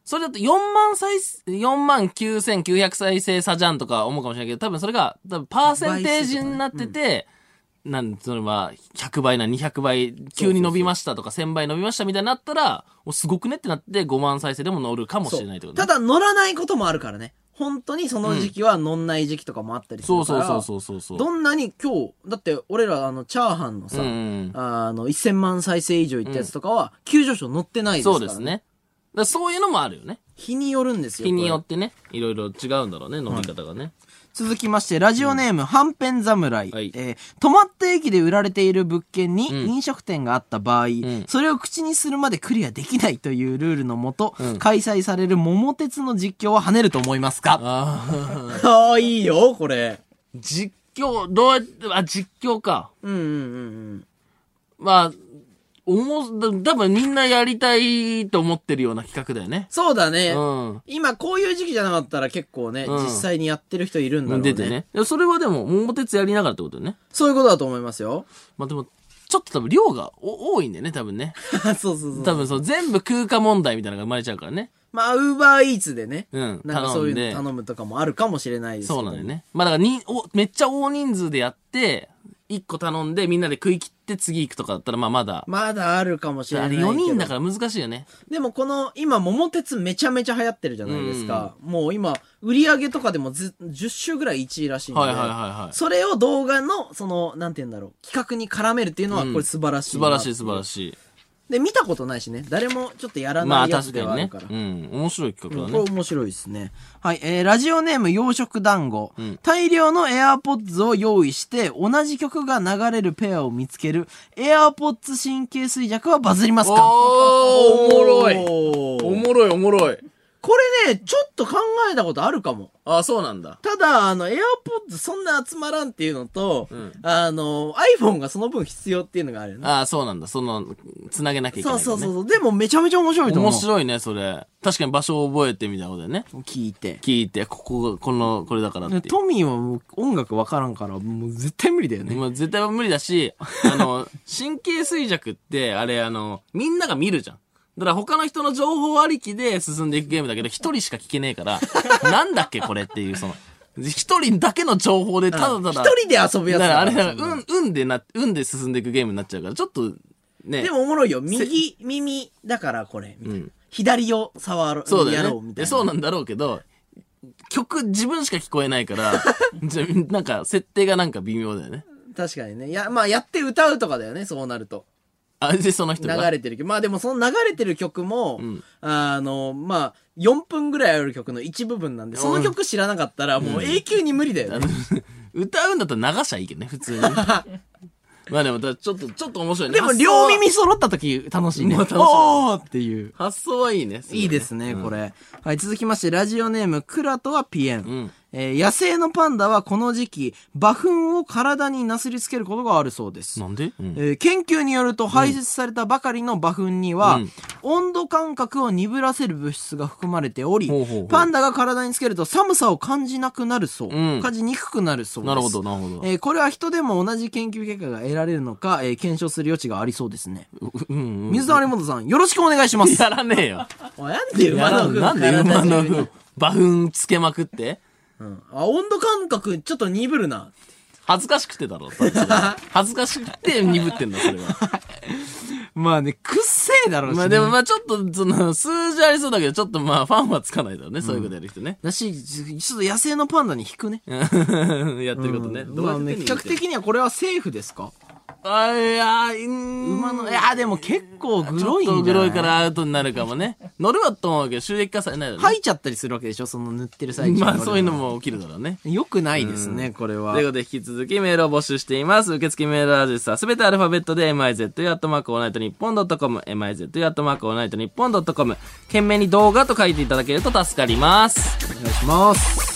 A: それだとよんまん再生、よんまんきゅうせんきゅうひゃく再生差じゃんとか思うかもしれないけど、多分それが、多分パーセンテージになってて、なんそれはひゃくばいなにひゃくばい急に伸びましたとかせんばい伸びましたみたいになったら、おすごくねってなってごまん再生でも乗るかもしれないってことね。
B: ただ乗らないこともあるからね。本当にその時期は乗んない時期とかもあったりするから。
A: そうそうそうそうそう。
B: どんなに今日、だって俺らあのチャーハンのさ、
A: うんうん
B: あのせんまん再生以上いったやつとかは急上昇乗ってないですから、ね。
A: そうですね。だからそういうのもあるよね。
B: 日によるんですよ。
A: 日によってね、いろいろ違うんだろうね、飲み方がね。
B: 続きまして、ラジオネーム、はんぺん侍。
A: はい
B: えー止まった駅で売られている物件に
A: ん
B: 飲食店があった場合、
A: ん
B: それを口にするまでクリアできないというルールのもと、
A: うん
B: 開催される桃鉄の実況は跳ねると思いますか？
A: ああ。
B: ああ、いいよ、これ。
A: 実況、どうやって、あ、実況か。
B: うんうんうんうん。
A: まあ、おも、多分みんなやりたいと思ってるような企画だよね。
B: そうだね。
A: うん。
B: 今こういう時期じゃなかったら結構ね、
A: うん
B: 実際にやってる人いるんだろうね。
A: 出てね。いやそれはでも、桃鉄やりながらってことだよね。
B: そういうことだと思いますよ。
A: まあでも、ちょっと多分量がお多いんだよね、多分ね。
B: そうそうそう。
A: 多分そう、全部空間問題みたいなのが生まれちゃうからね。
B: まあ、ウーバーイーツでね。
A: うん
B: なんかそういう
A: 頼んで
B: の頼むとかもあるかもしれないですけど。
A: そうなんだよね。まあだからに、お、めっちゃ大人数でやって、いっこ頼んでみんなで食い切って次行くとかだったら、まあまだ。
B: まだあるかもしれないけど。
A: あれよにんだから難しいよね。
B: でもこの、今、桃鉄めちゃめちゃ流行ってるじゃないですか。もう今、売り上げとかでもずじゅっ週ぐらいいちいらしいんで。
A: はいはいはいはい。
B: それを動画の、その、なんて言うんだろう、企画に絡めるっていうのは、
A: うん
B: これ素晴らしい。
A: 素晴らしい素晴らしい。
B: で、見たことないしね。誰もちょっとやら
A: まあ
B: ないやつ
A: 確かにね
B: ではあるから。。
A: うん。面白い企画
B: こ
A: だね。
B: れ面白いですね。はい、えー、ラジオネーム洋食団子、
A: ん
B: 大量の AirPods を用意して同じ曲が流れるペアを見つける AirPods 神経衰弱はバズりますか？
A: おー、おもろい。
B: おー
A: おもろいおもろい。
B: これね、ちょっと考えたことあるかも。
A: あ、そうなんだ。
B: ただ、あの、AirPods そんな集まらんっていうのと、
A: ん
B: あの、iPhone がその分必要っていうのがあるよね。
A: あ、そうなんだ。その、つなげなきゃいけ
B: そ
A: ないから、ね。
B: うそうそう。でもめちゃめちゃ面白いと思う。
A: 面白いね、それ。確かに場所を覚えてみたいなことだよね。
B: 聞いて。
A: 聞いて、ここが、この、これだからっていう。
B: トミーはもう音楽わからんから、もう絶対無理だよね。
A: もう絶対無理だし、あの、神経衰弱って、あれ、あの、みんなが見るじゃん。だから他の人の情報ありきで進んでいくゲームだけど、一人しか聞けねえから、なんだっけこれっていう、その、一人だけの情報でただただ。
B: 一人で遊ぶやつ
A: だからあれ、
B: そんな
A: うん、うんでな、うんで進んでいくゲームになっちゃうから、ちょっと、ね。
B: でもおもろいよ。右、耳だからこれ。みたいな
A: うん
B: 左を触る。
A: そうだよね。
B: やろうみたいな。
A: そうなんだろうけど、曲自分しか聞こえないから、じゃなんか設定がなんか微妙だよね。
B: 確かにね。や、まあやって歌うとかだよね、そうなると。
A: あ、で、その人
B: 流
A: が。
B: れてる曲。まあでもその流れてる曲も、
A: ん
B: あの、まあ、よんぷんぐらいある曲の一部分なんで、その曲知らなかったらもう永久に無理だよね。
A: 歌うんだったら流しゃいいけどね、普通に。まあでも、だちょっと、ちょっと面白いね。
B: でも
A: 発想は
B: 両耳揃った時楽しいね。
A: もう楽しい
B: おーっていう。
A: 発想はいいね。
B: いいですね、これ。はい、続きまして、ラジオネーム、クラトはピエン。
A: ん
B: えー野生のパンダはこの時期、馬糞を体になすりつけることがあるそうです。
A: なんで、うん
B: えー研究によると排泄されたばかりの馬糞には、
A: うん
B: 温度感覚を鈍らせる物質が含まれており、
A: ほうほうほう
B: パンダが体につけると寒さを感じなくなるそう。
A: うん
B: 感じにくくなるそうです。
A: なるほど、なるほど。
B: えーこれは人でも同じ研究結果が得られるのか、えー検証する余地がありそうですね。
A: ううんうん。
B: 水溜り本さん、よろしくお願いします。
A: やらねえよ。
B: おいなんで馬の糞
A: なんで馬の
B: 体中に
A: 糞、馬糞つけまくって
B: うんあ、温度感覚ちょっと鈍るな。
A: 恥ずかしくてだろ、それ恥ずかしくて鈍ってんだ、それは。
B: まあね、くっせえだろうし、ね。
A: まあでもまあちょっと、その、数字ありそうだけど、ちょっとまあファンはつかないだろうね、そういうことやる人ね。
B: だし、ちょっと野生のパンダに引くね。
A: やってることね。どう
B: まあね、
A: やって手に入れて
B: 企画的にはこれはセーフですか？
A: あ、いやー、馬
B: 馬の、いや、でも結構グロいんじゃない？
A: ちょっとグロいからアウトになるかもね。乗るはと思うけど、収益化されないだろうね。
B: 吐いちゃったりするわけでしょその塗ってる最中。
A: まあそういうの。も起きるだろうね。
B: よくないですね、これは。
A: ということで、引き続きメールを募集しています。受付メールアドレスはすべてアルファベットで ミズ アットマークオールナイトニッポンドットコム、ミズ アットマークオールナイトニッポンドットコム、懸命に動画と書いていただけると助かります。
B: お願いします。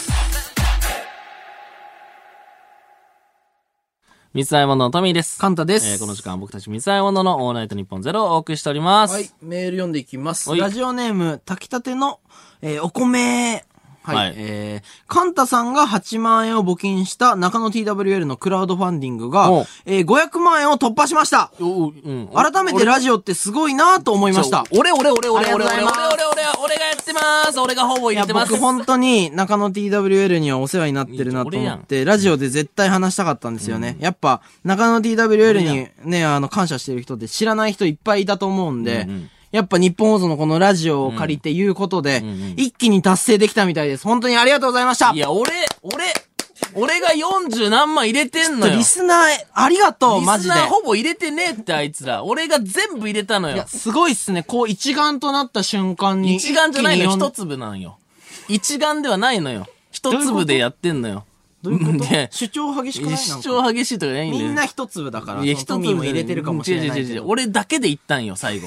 A: 三つ合いもののトミーです。
B: カンタです。
A: えーこの時間は僕たち三つ合いもののオールナイトニッポンゼロをお送りしております。
B: はい、メール読んでいきます。
A: はい
B: ラジオネーム、炊きたての、えーお米。 はい。
A: はい
B: えー、カンタさんがはちまんえんを募金した中野 ティーダブリューエル のクラウドファンディングが
A: お、
B: えー、ごひゃくまんえんを突破しました。
A: おうん
B: 改めてラジオってすごいなと思いました。
A: 俺、俺、俺、俺、
B: あり
A: 俺、俺、俺、
B: がとうございます
A: 俺、俺、俺がやってます俺がほぼ
B: いや、
A: 入れてます
B: 僕本当に中野 ティーダブリューエル にはお世話になってるなと思って、ラジオで絶対話したかったんですよね。やっぱ、中野 ティーダブリューエル にね、あの、感謝してる人って知らない人いっぱいいたと思うんで、
A: うんうん
B: やっぱ日本放送のこのラジオを借りて言うことで、
A: んうん
B: 一気に達成できたみたいです。本当にありがとうございました。
A: いや、俺、俺、俺がよんじゅうなんまん入れてんのよ。
B: リスナー、ありがとう、マジで
A: リスナー。ほぼ入れてねえって、あいつら。俺が全部入れたのよ
B: いや、。すごいっすね。こう一丸となった瞬間に。
A: 一眼じゃないのよ。
B: 一気に
A: 一粒なんよ。一眼ではないのよ。一粒でやってんのよ。
B: どういうこと
A: で
B: 主張激しくないなんか
A: 主張激しいとかないんだよ。
B: みんな一粒だから。
A: いや、
B: そ
A: 一粒
B: のトミーも入れてるかもしれない
A: 違う違う違う。
B: けど。
A: 俺だけで言ったんよ、最後。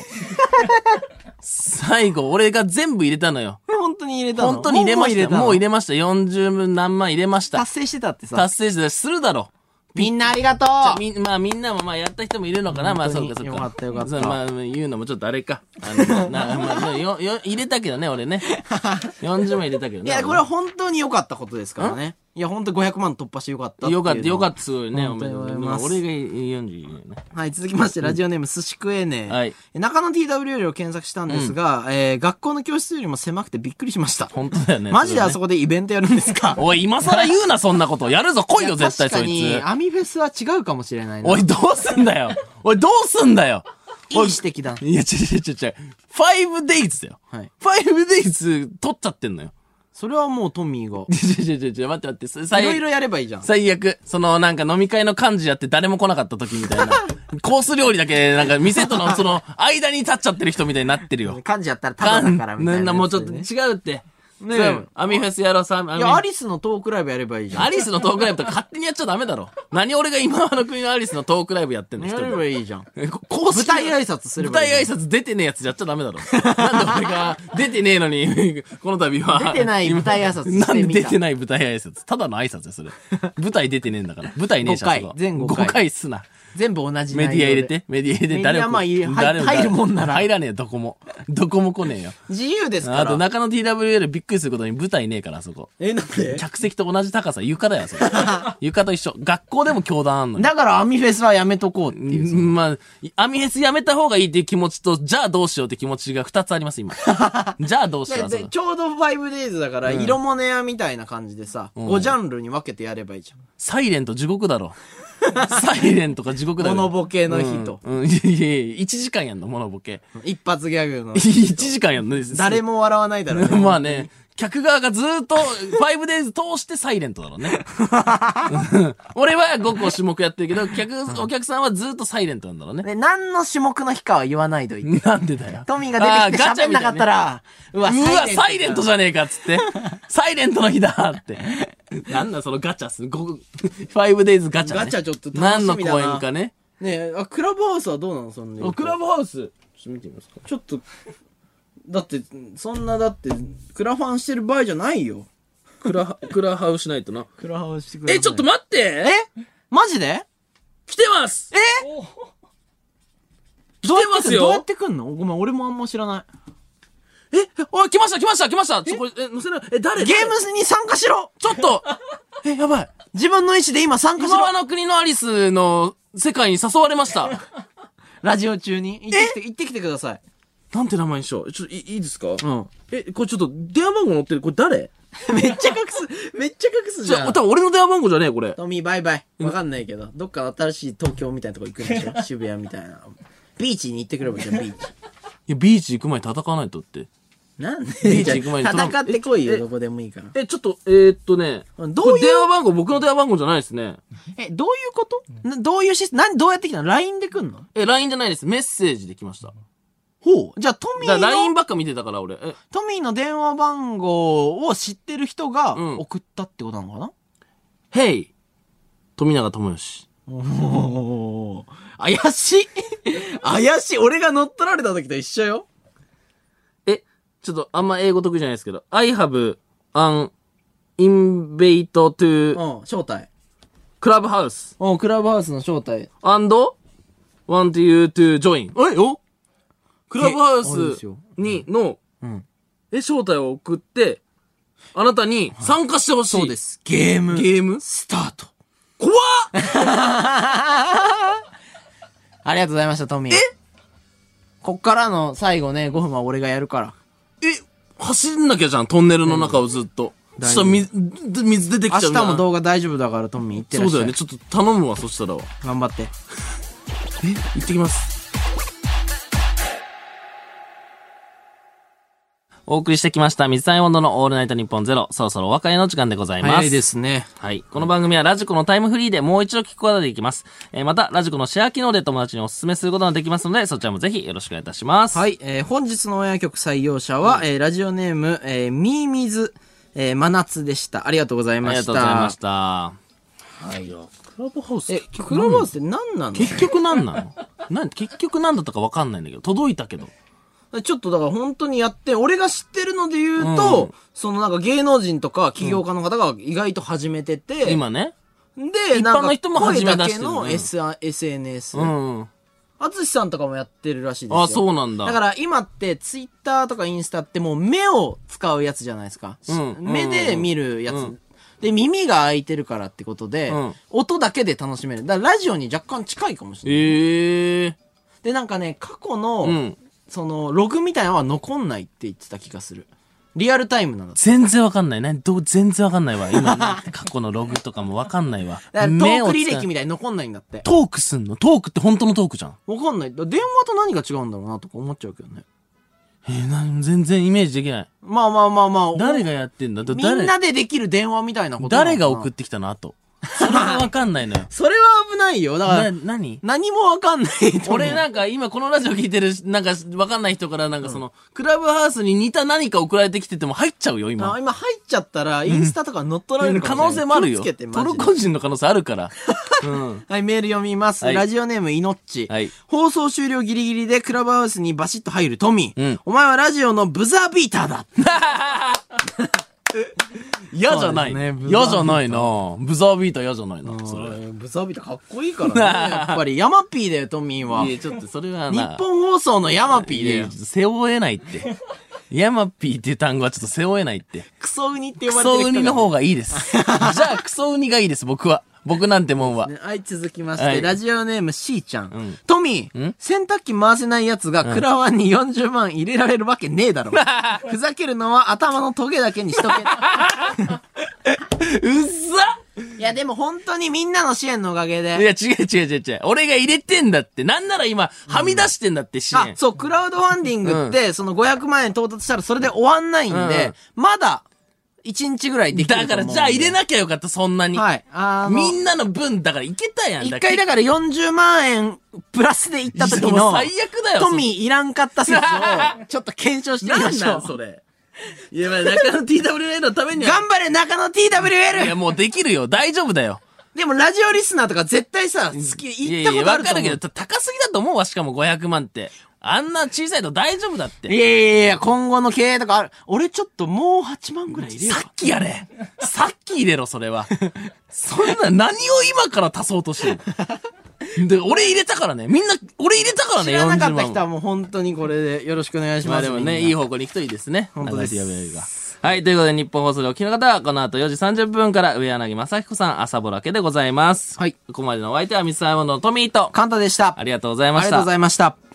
A: 最後、俺が全部入れたのよ。
B: 本当に入れたの
A: 本当に入れました。もう入
B: れ
A: れました。よんじゅうなんまん入れました。
B: 達成してたってさ。
A: 達成してするだろ。
B: みんなありがとう
A: じゃあみん、まあみんなもまあやった人もいるのかな。まあそうかそうか。
B: よかったよかった
A: そうまあ言うのもちょっとあれか。あの、な、まあ、よ、よ、入れたけどね、俺ね。よんじゅうまん入れたけどね。
B: いや、これは本当に良かったことですからね。いや、本当ごひゃくまん突破してよかったっていうのは。
A: よかった、よかった、すごいね。お
B: 本当
A: めでとう。
B: に思います
A: 俺がよんじゅうね。
B: はい、続きまして、ラジオネーム、寿司食えねえ。
A: はい
B: 中野 ティーダブリューエル を検索したんですが、えー、学校の教室よりも狭くてびっくりしました。
A: 本当だよね。
B: マジであそ
A: こ。
B: こでイベントやるんですか
A: おい、今更言うな、そんなこと。やるぞ、来いよ、絶対そい
B: 確かに、
A: つ。
B: アミフェスは違うかもしれないな。
A: おい、どうすんだよ。おい、どうすんだよ。
B: いい指摘だ。
A: いや、ちょちょちょちょ。ファイブデイズだよ。
B: はい。
A: ファイブデイズ取っちゃってんのよ。
B: それはもうトミーが。
A: ちょちょちょちょ、待って待って、それ
B: い
A: 最悪。
B: ろいろやればいいじゃん。
A: 最悪。その、なんか飲み会の幹事やって誰も来なかった時みたいな。コース料理だけ、なんか店とのその、間に立っちゃってる人みたいになってるよ。
B: 漢字やったらタダだからみたいな、
A: んなもうちょっと
B: ね
A: 違うって。
B: ねえ
A: そうアミフェスやろうさ、アミ
B: いや、アリスのトークライブやればいいじゃん。
A: アリスのトークライブとか勝手にやっちゃダメだろ。何俺が今の国のアリスのトークライブやってんの一
B: やれ
A: 人で。
B: ばいいじゃん。
A: えこ公式
B: 舞台挨拶すればいい
A: 舞台挨拶出てねえやつやっちゃダメだろ。なんで俺が出てねえのに、この度は。
B: 出てない舞台挨拶してみた
A: なんで出てない舞台挨拶ただの挨拶よ、それ。舞台出てねえんだから。舞台ねえし、
B: ごかい
A: あそこ
B: 全ごかい
A: ごかいすな。
B: 全部同じ
A: メディア入れて。メディア入れて。誰も。
B: メディアまあ入れ
A: 誰も
B: 入るもんなら
A: 入らねえよ、どこも。どこも来ねえよ。
B: 自由ですから。
A: あと中野 ティーダブリューエル びっくりすることに舞台ねえから、あそこ。
B: え、なんで
A: 客席と同じ高さ、床だよ、それ。床と一緒。学校でも教団あんのに。
B: だからアミフェスはやめとこうっていう。
A: うんまあ、アミヘスやめた方がいいっていう気持ちと、じゃあどうしようって気持ちが二つあります、今。じゃあどうしよう。
B: ででちょうど ファイブデイズ だから、色物屋みたいな感じでさ、
A: ん
B: ごジャンルに分けてやればいいじゃん。
A: サイレント地獄だろ。サイレントか地獄だろ。
B: モノボケの日と
A: うん。うんいやいやいや、いちじかんやんの、モノボケ。
B: 一発ギャグの
A: い。ちじかんやんの。
B: 誰も笑わないだろうね。
A: まあね、客側がずーっと、ファイブデイズ通してサイレントだろうね。俺はごこ種目やってるけど、客、お客さんはずーっとサイレントなんだろうね。
B: で、何の種目の日かは言わないといて。
A: なんでだよ。
B: トミーが出てきて喋んなかったら、うわ、
A: うわ、サイレントじ
B: ゃ
A: ゃねえかっつって。サイレントの日だって。なんだそのガチャす。ご、ファイブデイズガチャ、ね。
B: ガチャちょっと楽しみだな
A: 何の公演かね。
B: ねえ、あ、クラブハウスはどうなのそんな。
A: クラブハウス。ちょっと見てみますか。
B: ちょっと、だって、そんなだって、クラファンしてる場合じゃないよ。
A: クラ、クラハウしないとな。
B: クラファンしてくれ。
A: え、ちょっと待って
B: えマジで
A: 来てます
B: え
A: 来てますよ
B: どうやってくんのごめん、俺もあんま知らない。
A: え、おい、来ました来ました来ましたちょ、これ、え、載せない。え、誰
B: ゲームに参加しろ
A: ちょっとえ、やばい。
B: 自分の意思で今参加しろ
A: 今はの国のアリスの世界に誘われました。
B: ラジオ中に行ってきて、行ってきてください。
A: なんて名前にしよう。ちょっといいいいですか
B: うん。
A: え、これちょっと電話番号載ってる。これ誰
B: めっちゃ隠す、めっちゃ隠すじゃん。
A: じゃ多分俺の電話番号じゃねえ、これ。
B: トミーバイバイ。わかんないけど、どっか新しい東京みたいなとこ行くんでしょ渋谷みたいな。ビーチに行ってくればいいじゃん、ビーチ。
A: いや、ビーチ行く前に戦わないとって。
B: なんで
A: ビーチ行く前に
B: 戦ってこいよ、
A: え
B: どこでもいいから。
A: え、ちょっと、えー、っとね。
B: どういう
A: これ電話番号、僕の電話番号じゃないですね。
B: え、どういうことなどういうシステム、何、どうやって来たの ?ライン で来んの
A: え、ライン じゃないです。メッセージで来ました。
B: ほう。じゃあ、トミー
A: だから ライン
B: の、
A: ばっか見てたから、俺。え、
B: トミーの電話番号を知ってる人が
A: うん
B: 送ったってことなのかな、
A: Hey! 富永智義。
B: おー。怪しい怪しい俺が乗っ取られた時と一緒よ。
A: え、ちょっとあんま英語得意じゃないですけど。I have an invite to
B: うん、招待。
A: Clubhouse
B: うん、クラブハウスの招待。
A: and want you to join. え、おクラブハウ
B: あれです
A: ス
B: よ
A: にの、
B: うん。
A: え、招待を送って、 あなたに参加してほしい。
B: そうです。ゲーム。
A: ゲーム
B: スタート。
A: 怖っ
B: ありがとうございました、トミー。えこっからの最後ね、ごふんは俺がやるから。
A: え、走んなきゃじゃん、トンネルの中をずっと。そしたら水、水出てきちゃう。
B: 明日も動画大丈夫だから、トミー行ってらっしゃい。
A: そうだよね、ちょっと頼むわ、そしたらわ。
B: 頑張って。
A: え、行ってきます。お送りしてきました。水溜りボンドのオールナイトニッポンゼロ。そろそろお別れの時間でございます。
B: 早いですね。
A: はい。この番組はラジコのタイムフリーでもう一度聞くことができます。えー、また、ラジコのシェア機能で友達にお勧めすることができますので、そちらもぜひよろしくお願いいたします。
B: はい。えー、本日のオンエア曲採用者は、うん、えー、ラジオネーム、えー、みーみず、えー、真夏でした。ありがとうございました。ありがとうございました。はい。クラブハウス。え、クラブハウスって何なの？
A: 結局何なの？何結局何だったか分かんないんだけど、届いたけど。
B: ちょっとだから本当にやって、俺が知ってるので言うと、うん、そのなんか芸能人とか起業家の方が意外と始めてて、
A: うん、今ね。
B: で、
A: 一般の人も始め出してる、
B: 声だけの S、エスエヌエス。
A: うん。
B: あつしさんとかもやってるらしいですよ。
A: あ、そうなんだ。
B: だから今ってツイッターとかインスタってもう目を使うやつじゃないですか。うん、目で見るやつ。うん、で、耳が開いてるからってことで、うん、音だけで楽しめる。だからラジオに若干近いかもしれない。
A: へえー。
B: で、なんかね、過去の、
A: うん
B: その、ログみたいなのは残んないって言ってた気がする。リアルタイムなの。
A: 全然わかんない。何どう、全然わかんないわ。今、過去のログとかもわかんないわ。
B: だからトーク履歴みたいに残んないんだって。
A: トークすんの？トークって本当のトークじゃん。
B: わかんない。電話と何が違うんだろうなとか思っちゃうけどね。
A: えー、な、全然イメージできない。
B: まあまあまあまあ。
A: 誰がやってんだ？
B: みんなでできる電話みたいなことなのかな。
A: 誰が送ってきたの？あと。それはわかんないのよ。
B: それは危ないよ。だから、
A: な、何
B: 何もわかんない。
A: 俺なんか今このラジオ聞いてる、なんかわかんない人からなんかその、うん、クラブハウスに似た何か送られてきてても入っちゃうよ、今。
B: あ、今入っちゃったら、インスタとか乗っ取られるかもしれない。
A: 可能性もあるよ。
B: 気をつけて、
A: トルコ人の可能性あるから。うん、
B: はい、メール読みます。はい、ラジオネームいのっち。はい。放送終了ギリギリでクラブハウスにバシッと入るトミー。うん、お前はラジオのブザービーターだ。
A: 嫌じゃない。嫌、ね、じゃないな。ブザービーター嫌じゃないな。それ。
B: ブザービーターかっこいいからね。やっぱりヤマピーだよ、トミーは。
A: いや、ちょっとそれはな。
B: 日本放送のヤマピーだよ。
A: 背負えないって。ヤマピーっていう単語はちょっと背負えないって。
B: クソウニって呼ばれてる人。
A: クソウニの方がいいです。じゃあクソウニがいいです、僕は。僕なんてもんは。
B: はい、続きまして、はい、ラジオネーム C ちゃん。うん、トミー、洗濯機回せない奴がクラワンによんじゅうまん入れられるわけねえだろ。ふざけるのは頭のトゲだけにしとけ。
A: うっさ
B: いやでも本当にみんなの支援のおかげで。
A: いや違う違う違う違う。俺が入れてんだって。なんなら今、はみ出してんだって支援。
B: あ、そう、クラウドファンディングって、うん、そのごひゃくまんえん到達したらそれで終わんないんで、うん、まだ、一日ぐらいできると思う。
A: だからじゃあ入れなきゃよかった、そんなに。
B: はい。あ
A: みんなの分、だからいけたやん。
B: 一回だからよんじゅうまんえんプラスでいった時の、
A: 最悪だよ。
B: トミーいらんかった説を、ちょっと検証してみましょう。
A: なんなんそれ。いや、まあ中野 ティーダブリューエル のためには。
B: 頑張れ中野 ティーダブリューエル!
A: いや、もうできるよ。大丈夫だよ。
B: でもラジオリスナーとか絶対さ、好き、言ったことあると思う。いやいや、わかるけど、
A: 高すぎだと思うわ、しかもごひゃくまんって。あんな小さいと大丈夫だって。
B: いやいやいや、今後の経営とかある。俺ちょっともうはちまんぐらい入れよう。
A: さっきやれ。さっき入れろ、それは。そんな、何を今から足そうとしてるで、俺入れたからね。みんな、俺入れたからね、
B: 知らなかった人はもう本当にこれでよろしくお願いします。まあ
A: でもね、いい方向に行くといいですね。
B: 本当です。
A: はい、ということで日本放送でお聞きの方は、この後よじさんじゅっぷんから上柳正彦さん、朝ぼらけでございます。
B: はい。
A: ここまでのお相手はミスターモンドのトミーと、
B: カンタでした。
A: ありがとうございました。
B: ありがとうございました。